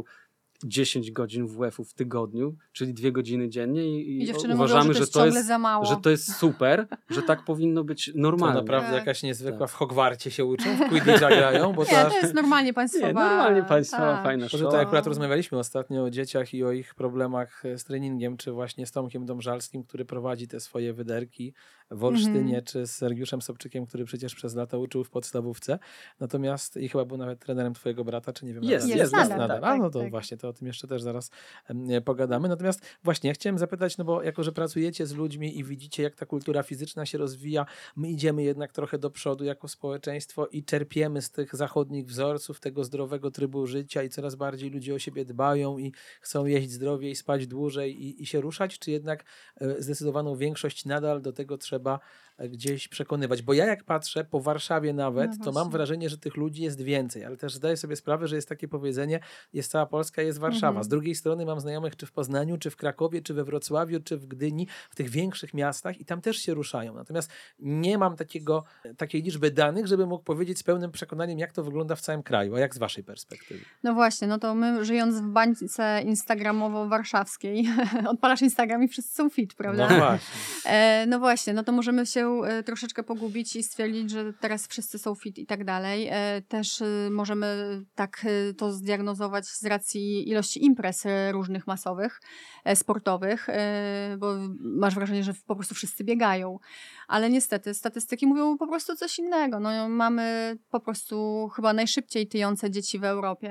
10 godzin WF-u w tygodniu, czyli 2 godziny dziennie i uważamy, mówią, że to jest super, że tak powinno być normalnie. To naprawdę jakaś niezwykła. W Hogwarcie się uczą, w Quidditcha grają? Bo to jest normalnie państwowa. Normalnie państwowa, fajna szkoła. Tutaj akurat rozmawialiśmy ostatnio o dzieciach i o ich problemach z treningiem, czy właśnie z Tomkiem Domżalskim, który prowadzi te swoje wyderki w Olsztynie, czy z Sergiuszem Sobczykiem, który przecież przez lata uczył w podstawówce. Natomiast i chyba był nawet trenerem twojego brata, czy nie wiem. Jest nadal. A no to właśnie, to o tym jeszcze też zaraz pogadamy. Natomiast właśnie chciałem zapytać, no bo jako, że pracujecie z ludźmi i widzicie, jak ta kultura fizyczna się rozwija, my idziemy jednak trochę do przodu jako społeczeństwo i czerpiemy z tych zachodnich wzorców, tego zdrowego trybu życia i coraz bardziej ludzie o siebie dbają i chcą jeść zdrowiej, spać dłużej i się ruszać, czy jednak zdecydowaną większość nadal do tego trzeba gdzieś przekonywać. Bo ja jak patrzę po Warszawie nawet, to mam wrażenie, że tych ludzi jest więcej, ale też zdaję sobie sprawę, że jest takie powiedzenie, jest cała Polska, jest Warszawa. Z drugiej strony mam znajomych czy w Poznaniu, czy w Krakowie, czy we Wrocławiu, czy w Gdyni, w tych większych miastach i tam też się ruszają. Natomiast nie mam takiej liczby danych, żeby mógł powiedzieć z pełnym przekonaniem, jak to wygląda w całym kraju. A jak z waszej perspektywy? No właśnie, no to my żyjąc w bańce instagramowo-warszawskiej, odpalasz Instagram i wszyscy są fit, prawda? No właśnie. No właśnie, no to możemy się troszeczkę pogubić i stwierdzić, że teraz wszyscy są fit i tak dalej. Też możemy tak to zdiagnozować z racji ilości imprez różnych masowych, sportowych, bo masz wrażenie, że po prostu wszyscy biegają. Ale niestety statystyki mówią po prostu coś innego. No, mamy po prostu chyba najszybciej tyjące dzieci w Europie,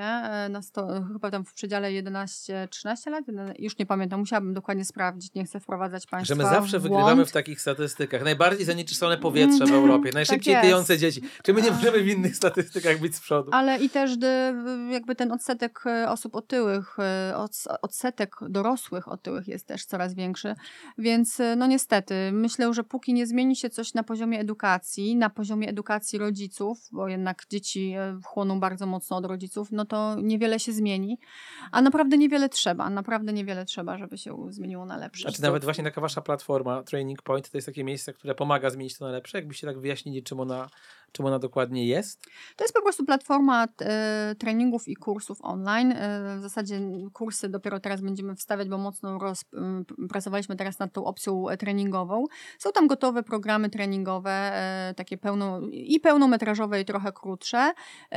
chyba tam w przedziale 11-13 lat, już nie pamiętam, musiałabym dokładnie sprawdzić, nie chcę wprowadzać państwa że my zawsze wygrywamy w takich statystykach. Najbardziej zanieczyszczone powietrze w Europie, najszybciej tyjące dzieci. Czy my nie możemy w innych statystykach być z przodu? Ale i też jakby ten odsetek osób otyłych, odsetek dorosłych otyłych jest też coraz większy, więc no niestety, myślę, że póki nie zmieni się coś na poziomie edukacji rodziców, bo jednak dzieci chłoną bardzo mocno od rodziców, no to niewiele się zmieni, a naprawdę niewiele trzeba, żeby się zmieniło na lepsze. Znaczy nawet właśnie taka wasza platforma Training Point to jest takie miejsce, które pomaga zmienić to na lepsze. Jakbyście tak wyjaśnili, czym ona dokładnie jest? To jest po prostu platforma treningów i kursów online. W zasadzie kursy dopiero teraz będziemy wstawiać, bo mocno pracowaliśmy teraz nad tą opcją treningową. Są tam gotowe programy treningowe, takie pełnometrażowe i trochę krótsze.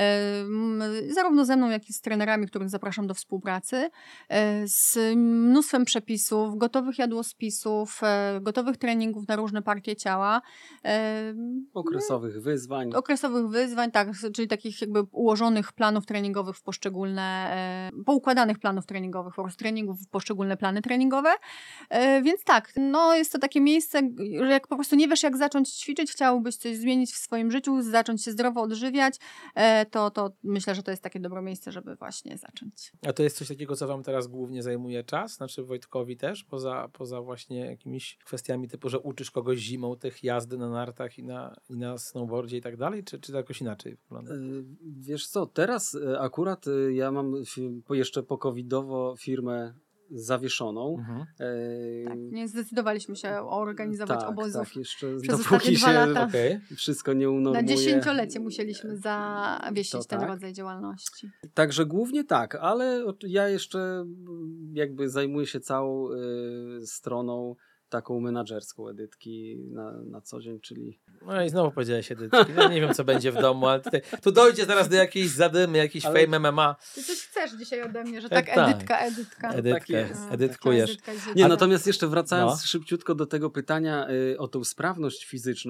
Zarówno ze mną, jak i z trenerami, których zapraszam do współpracy. Z mnóstwem przepisów, gotowych jadłospisów, gotowych treningów na różne partie ciała. Okresowych wyzwań, tak, czyli takich jakby ułożonych planów treningowych w poukładanych planów treningowych, po prostu treningów w poszczególne plany treningowe. Więc tak, no jest to takie miejsce, że jak po prostu nie wiesz, jak zacząć ćwiczyć, chciałbyś coś zmienić w swoim życiu, zacząć się zdrowo odżywiać, to myślę, że to jest takie dobre miejsce, żeby właśnie zacząć. A to jest coś takiego, co wam teraz głównie zajmuje czas? Znaczy Wojtkowi też, poza właśnie jakimiś kwestiami typu, że uczysz kogoś zimą tych jazdy na nartach i na snowboardzie i tak dalej, czy to jakoś inaczej wygląda? Wiesz co, teraz akurat ja mam jeszcze po-covidowo firmę zawieszoną. Tak, nie zdecydowaliśmy się organizować obozów. Tak, jeszcze przez dopóki ostatnie 2 lata. Wszystko nie unormuje. Na 10-lecie musieliśmy zawiesić ten rodzaj działalności. Także głównie tak, ale ja jeszcze jakby zajmuję się całą stroną taką menadżerską Edytki na co dzień, czyli... No i znowu powiedziałeś Edytki. No nie wiem, co będzie w domu, ale tu dojdzie zaraz do jakiejś zadymy, jakiś fame MMA. Ty coś chcesz dzisiaj ode mnie, że tak, Edytka. Tak jest. Edytkujesz. Nie, natomiast jeszcze wracając szybciutko do tego pytania o tą sprawność fizyczną,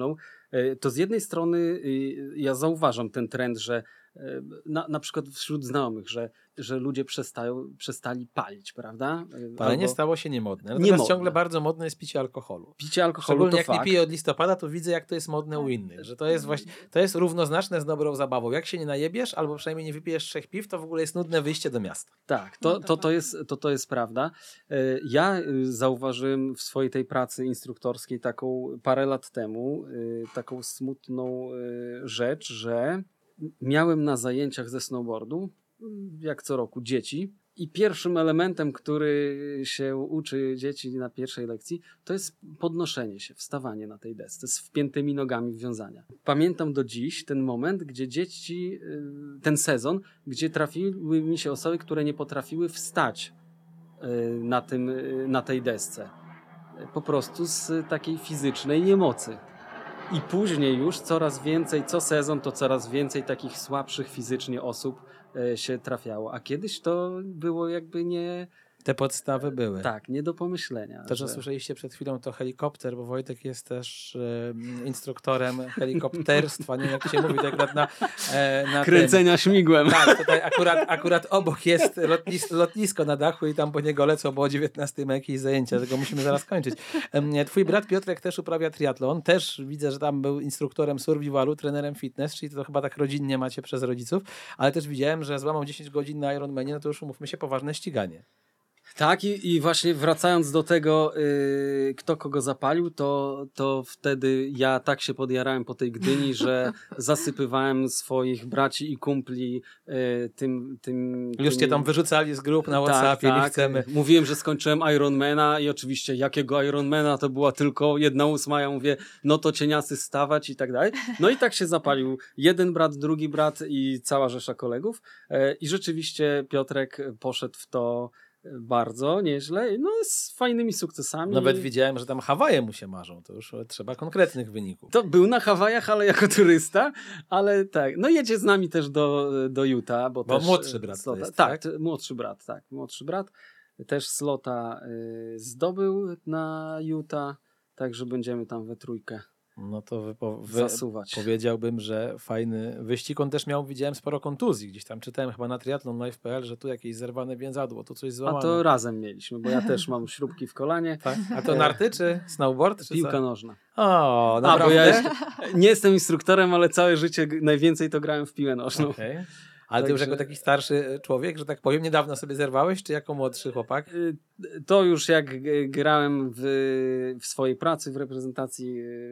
to z jednej strony ja zauważam ten trend, że na przykład wśród znajomych, że ludzie przestali palić, prawda? Palenie stało się niemodne. Natomiast niemodne. ciągle bardzo modne jest picie alkoholu. Picie alkoholu Szczególnie to jak fakt. nie piję od listopada, to widzę, jak to jest modne u innych. Że to jest właśnie, to jest równoznaczne z dobrą zabawą. Jak się nie najebiesz, albo przynajmniej nie wypijesz 3 piw, to w ogóle jest nudne wyjście do miasta. Tak, to jest prawda. Ja zauważyłem w swojej tej pracy instruktorskiej taką parę lat temu taką smutną rzecz, że miałem na zajęciach ze snowboardu, jak co roku, dzieci. I pierwszym elementem, który się uczy dzieci na pierwszej lekcji, to jest podnoszenie się, wstawanie na tej desce z wpiętymi nogami wiązania. Pamiętam do dziś ten moment, gdzie dzieci, ten sezon, gdzie trafiły mi się osoby, które nie potrafiły wstać na tej desce. Po prostu z takiej fizycznej niemocy. I później już coraz więcej, co sezon, to coraz więcej takich słabszych fizycznie osób się trafiało. A kiedyś to było jakby nie... Te podstawy były. Tak, nie do pomyślenia. To, że słyszeliście przed chwilą, to helikopter, bo Wojtek jest też instruktorem helikopterstwa. Nie wiem, jak to się mówi, tak na kręcenia śmigłem. Tak, tutaj akurat obok jest lotnisko na dachu i tam po niego lecą, bo o 19 ma jakieś zajęcia, tego musimy zaraz kończyć. Twój brat Piotrek też uprawia triatlon, też widzę, że tam był instruktorem survivalu, trenerem fitness, czyli to chyba tak rodzinnie macie przez rodziców, ale też widziałem, że złamał 10 godzin na Ironmanie, no to już umówmy się, poważne ściganie. Tak, i właśnie wracając do tego, kto kogo zapalił, to wtedy ja tak się podjarałem po tej Gdyni, że zasypywałem swoich braci i kumpli tym Już cię tam wyrzucali z grup na WhatsAppie, tak, nie chcemy. Mówiłem, że skończyłem Ironmana i oczywiście jakiego Ironmana, to była tylko 1/8, ja mówię, no to cieniasy stawać i tak dalej. No i tak się zapalił jeden brat, drugi brat i cała rzesza kolegów i rzeczywiście Piotrek poszedł w to bardzo nieźle, no z fajnymi sukcesami. Nawet widziałem, że tam Hawaje mu się marzą, to już trzeba konkretnych wyników. To był na Hawajach, ale jako turysta, ale tak, no jedzie z nami też do Utah, bo też młodszy brat to jest, tak? Młodszy brat też slota zdobył na Utah, także będziemy tam we trójkę No to zasuwać. Powiedziałbym, że fajny wyścig. On też miał, widziałem, sporo kontuzji. Gdzieś tam czytałem chyba na triathlonlive.pl, że tu jakieś zerwane więzadło, tu coś złamane. A to razem mieliśmy, bo ja też mam śrubki w kolanie. Tak? A to narty czy snowboard? Czy piłka co? nożna. O, naprawdę? Bo ja nie jestem instruktorem, ale całe życie najwięcej to grałem w piłę nożną. Okay. Ale ty już jako taki starszy człowiek, że tak powiem, niedawno sobie zerwałeś, czy jako młodszy chłopak? To już jak grałem w swojej pracy w reprezentacji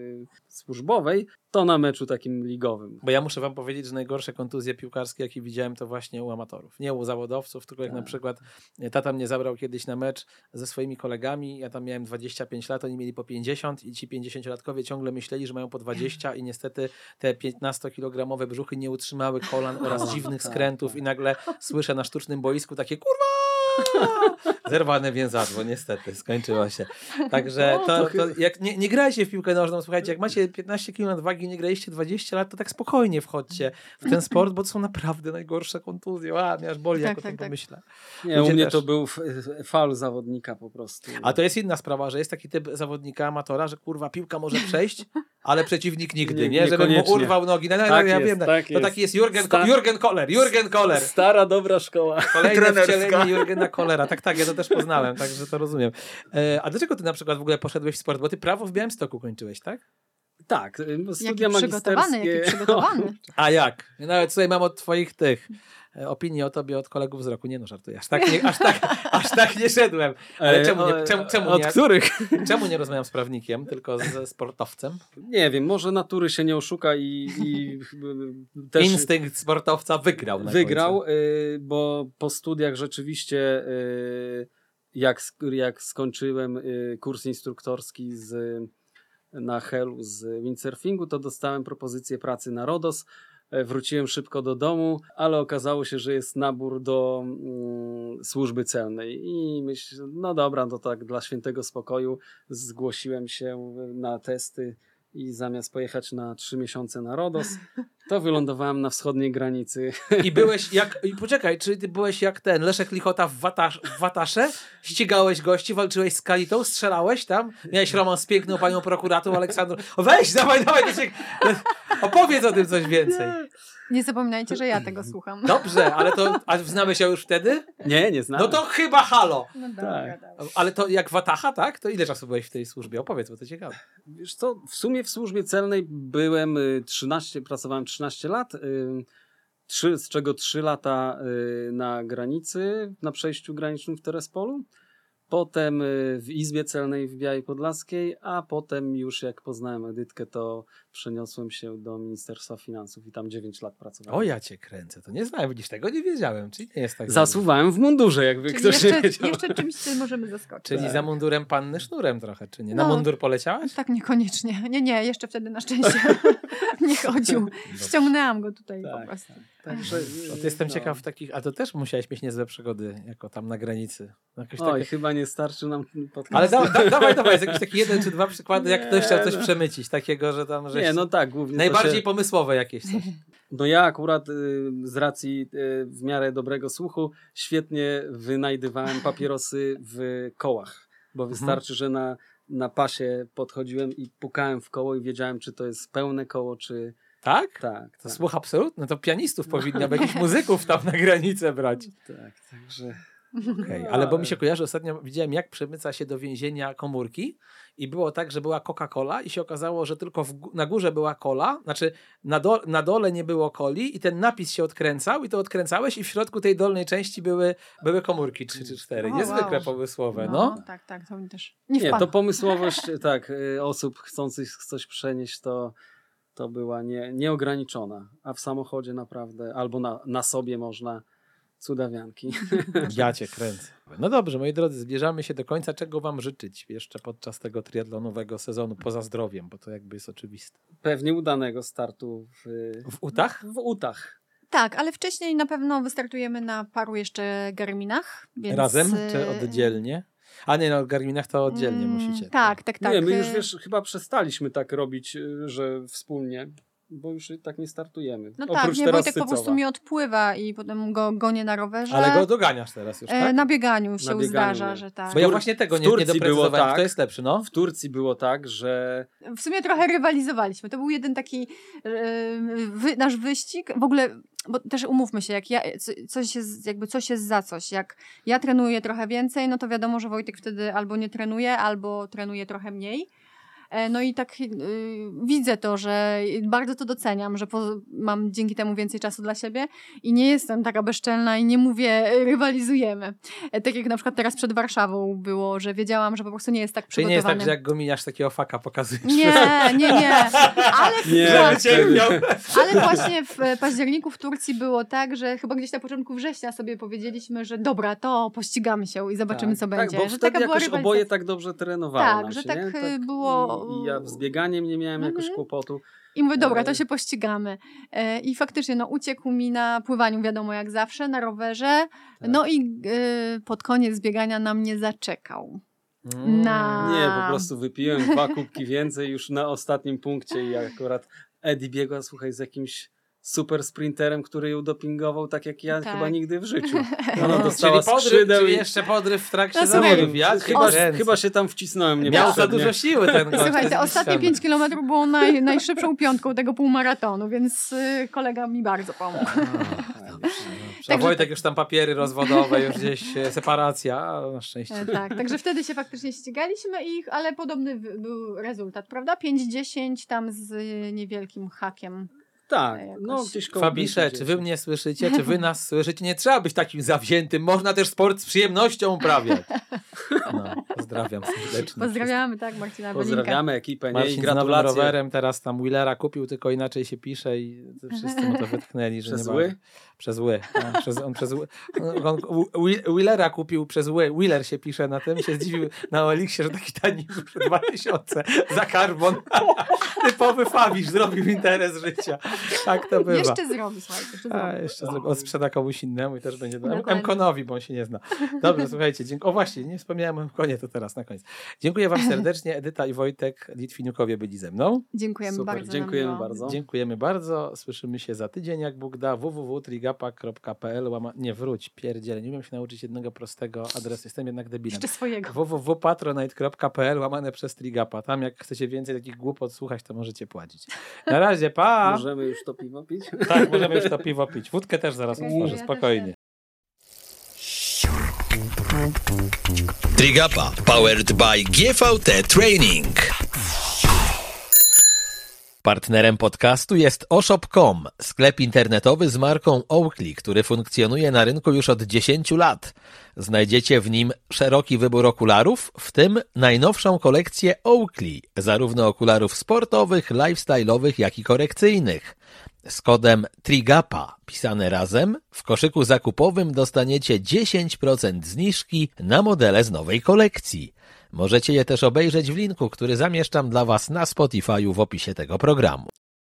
służbowej, to na meczu takim ligowym. Bo ja muszę wam powiedzieć, że najgorsze kontuzje piłkarskie, jakie widziałem, to właśnie u amatorów. Nie u zawodowców, tylko jak na przykład tata mnie zabrał kiedyś na mecz ze swoimi kolegami, ja tam miałem 25 lat, oni mieli po 50 i ci 50-latkowie ciągle myśleli, że mają po 20 i niestety te 15-kilogramowe brzuchy nie utrzymały kolan oraz dziwnych skrętów i nagle słyszę na sztucznym boisku takie kurwa! Zerwane więzadło, niestety, skończyło się. Także to jak nie grajcie w piłkę nożną, słuchajcie, jak macie 15 kg wagi, nie graliście 20 lat, to tak spokojnie wchodźcie w ten sport, bo to są naprawdę najgorsze kontuzje. Mnie aż boli, jak o tym pomyślę. Nie, u mnie to był faul zawodnika po prostu. A to jest inna sprawa, że jest taki typ zawodnika, amatora, że kurwa piłka może przejść, ale przeciwnik nigdy, nie? Żeby mu urwał nogi. Ja wiem, to taki jest Jurgen Koller. Stara, dobra szkoła. Kolejne wcielenie Jurgena Kollera. Tak, ja to też poznałem, także to rozumiem. A dlaczego ty na przykład w ogóle poszedłeś w sport? Bo ty prawo w Białymstoku kończyłeś, tak? Tak, studia magisterskie. Jaki przygotowany. A jak? Ja nawet tutaj mam od twoich opinii o tobie od kolegów z roku. Nie no, żartuję. Aż tak nie szedłem. Ale czemu od nie? Których? Czemu nie rozmawiam z prawnikiem, tylko ze sportowcem? Nie wiem, może natury się nie oszuka i też instynkt sportowca wygrał. Wygrał, bo po studiach rzeczywiście jak skończyłem kurs instruktorski na Helu z windsurfingu, to dostałem propozycję pracy na RODOS. Wróciłem szybko do domu, ale okazało się, że jest nabór do służby celnej i myślę, no dobra, to tak dla świętego spokoju zgłosiłem się na testy i zamiast pojechać na 3 miesiące na Rodos, to wylądowałem na wschodniej granicy. I byłeś jak... I poczekaj, czy ty byłeś jak ten Leszek Lichota w Watasze? Ścigałeś gości, walczyłeś z Kalitą, strzelałeś tam? Miałeś romans z piękną panią prokurator Aleksandrą? O, weź, dawaj, opowiedz o tym coś więcej. Nie zapominajcie, że ja tego słucham. Dobrze, ale to... A znamy się już wtedy? Nie znałem. No to chyba halo. No dobra, Tak. dobra. Ale to jak Wataha, tak? To ile czasu byłeś w tej służbie? Opowiedz, bo to ciekawe. Wiesz co, w sumie w służbie celnej byłem pracowałem 13 lat, z czego 3 lata na granicy, na przejściu granicznym w Terespolu. Potem w Izbie Celnej w Białej Podlaskiej, a potem już jak poznałem Edytkę, to przeniosłem się do Ministerstwa Finansów i tam 9 lat pracowałem. O, ja cię kręcę. To nie znałem, widzisz, tego nie wiedziałem. Czyli nie jest tak... Zasuwałem w mundurze, jakby Czyli ktoś nie jeszcze, wiedział. jeszcze czymś się możemy zaskoczyć. Czyli za mundurem panny sznurem trochę, czy nie? Na No. mundur poleciałaś? Tak niekoniecznie. Nie, jeszcze wtedy na szczęście nie chodził. Ściągnęłam go tutaj Tak. po prostu. Także, To jestem ciekaw takich... A to też musiałeś mieć niezłe przygody, jako tam na granicy. Jakoś Oj, takie... chyba nie starczy nam podcast. Ale dawaj, jest jakiś taki 1 czy 2 przykłady, jak ktoś chciał coś przemycić, takiego, że tam... Żeś... Nie, no tak, głównie Najbardziej pomysłowe jakieś coś. No ja akurat z racji w miarę dobrego słuchu świetnie wynajdywałem papierosy w kołach, bo wystarczy, że na pasie podchodziłem i pukałem w koło i wiedziałem, czy to jest pełne koło, czy... Tak? Tak, To tak, słuch absolutny. No to pianistów powinni, albo jakichś muzyków tam na granicę brać. tak, także... Okay. Ale bo mi się kojarzy, ostatnio widziałem, jak przemyca się do więzienia komórki i było tak, że była Coca-Cola i się okazało, że tylko na górze była cola, znaczy na dole nie było coli i ten napis się odkręcał i to odkręcałeś i w środku tej dolnej części były komórki 3 czy 4. O, Niezwykle wow. pomysłowe, no. Tak, to mi też Nie, wpadło. to pomysłowość tak, osób chcących coś przenieść to była nieograniczona, a w samochodzie naprawdę, albo na sobie można cudawianki. Ja cię kręcę. No dobrze, moi drodzy, zbliżamy się do końca. Czego wam życzyć jeszcze podczas tego triatlonowego sezonu, poza zdrowiem, bo to jakby jest oczywiste. Pewnie udanego startu W Utach? w Utach. Tak, ale wcześniej na pewno wystartujemy na paru jeszcze Garminach. Więc... Razem czy oddzielnie? A nie, no w Garminach to oddzielnie musicie. Tak. Nie, my już chyba przestaliśmy tak robić, że wspólnie, bo już tak nie startujemy. No Oprócz tak, nie, teraz Wojtek po Sycowa. prostu mi odpływa i potem go gonię na rowerze. Ale go doganiasz teraz już, tak? Na bieganiu się Na bieganiu zdarza, nie. że tak. Bo ja właśnie tego w nie Turcji doprecyzowałem, było tak. kto jest lepszy, no. W Turcji było tak, że W sumie trochę rywalizowaliśmy. To był jeden taki nasz wyścig. W ogóle, bo też umówmy się, jak coś jest za coś. Jak ja trenuję trochę więcej, no to wiadomo, że Wojtek wtedy albo nie trenuje, albo trenuje trochę mniej. No i tak widzę to, że bardzo to doceniam, że mam dzięki temu więcej czasu dla siebie i nie jestem taka bezczelna i nie mówię rywalizujemy. Tak jak na przykład teraz przed Warszawą było, że wiedziałam, że po prostu nie jest tak Czyli nie jest przygotowany. tak, że jak go mijasz, takiego faka pokazujesz. Nie. Ale, ale właśnie w październiku w Turcji było tak, że chyba gdzieś na początku września sobie powiedzieliśmy, że dobra, to pościgamy się i zobaczymy, tak, co tak, będzie. bo że wtedy taka była jakoś rywalizacja. oboje tak dobrze trenowali. Tak, że tak było. I ja z bieganiem nie miałem jakoś kłopotu. I mówię, dobra, to się pościgamy. I faktycznie, no uciekł mi na pływaniu, wiadomo, jak zawsze, na rowerze. Tak. No i pod koniec biegania na mnie zaczekał. Nie, po prostu wypiłem 2 kubki więcej już na ostatnim punkcie i akurat Eddie biegła, słuchaj, z jakimś super sprinterem, który ją dopingował tak jak ja Tak. chyba nigdy w życiu. No, Ona dostała czyli skrzydeł czyli i jeszcze podryw w trakcie No, słuchaj, zawodów. Ja cię kręcę. chyba się tam wcisnąłem. Miał za niepotrzebnie. dużo siły ten gość. Słuchaj, to te jest ostatnie ściana. 5 kilometrów było najszybszą piątką tego półmaratonu, więc kolega mi bardzo pomógł. A Także- Wojtek już tam papiery rozwodowe, już gdzieś separacja, a na szczęście. Tak, także wtedy się faktycznie ścigaliśmy ich, ale podobny był rezultat, prawda? 5-10 tam z niewielkim hakiem. Tak, Jakoś. no gdzieś koło Fabisze, 50. czy wy mnie słyszycie, czy wy nas słyszycie? Nie trzeba być takim zawziętym, można też sport z przyjemnością uprawiać. No, pozdrawiam serdecznie. Pozdrawiamy, tak, Marcina Belinka. Pozdrawiamy ekipę, nie? I Marcin z nowym gratulacje. rowerem, teraz tam Willera kupił, tylko inaczej się pisze i wszyscy mu to wytknęli, że Przez nie ły? ma. Przez ły. Willera kupił przez ły. Willer się pisze na tym, się zdziwił na Oliksie, że taki tani był 2000 za karbon. Typowy Fabisz zrobił interes życia. Tak to bywa. Jeszcze zrobi, słuchajcie. Jeszcze zrobi. On sprzeda komuś innemu i też będzie Dokładnie. M-konowi, bo on się nie zna. Dobrze, słuchajcie. O właśnie, nie wspomniałem o M-konie, to teraz na koniec. Dziękuję wam serdecznie. Edyta i Wojtek Litwiniukowie byli ze mną. Dziękujemy Super, bardzo. dziękujemy nam miło. bardzo. Dziękujemy bardzo. Słyszymy się za tydzień, jak Bóg da. www.trigapa.pl Nie wróć, pierdziele. Nie umiem się nauczyć jednego prostego adresu. Jestem jednak debilem. Jeszcze swojego. www.patronite.pl przez Trigapa. Tam jak chcecie więcej takich głupot słuchać, to możecie płacić. Na razie, pa! Możemy już to piwo pić? Tak, możemy już to piwo pić. Wódkę też zaraz otworzę, Ja spokojnie. Trigapa powered by GVT Training. Partnerem podcastu jest oshop.com, sklep internetowy z marką Oakley, który funkcjonuje na rynku już od 10 lat. Znajdziecie w nim szeroki wybór okularów, w tym najnowszą kolekcję Oakley, zarówno okularów sportowych, lifestyle'owych, jak i korekcyjnych. Z kodem TRIGAPA, pisane razem, w koszyku zakupowym dostaniecie 10% zniżki na modele z nowej kolekcji. Możecie je też obejrzeć w linku, który zamieszczam dla Was na Spotify'u w opisie tego programu.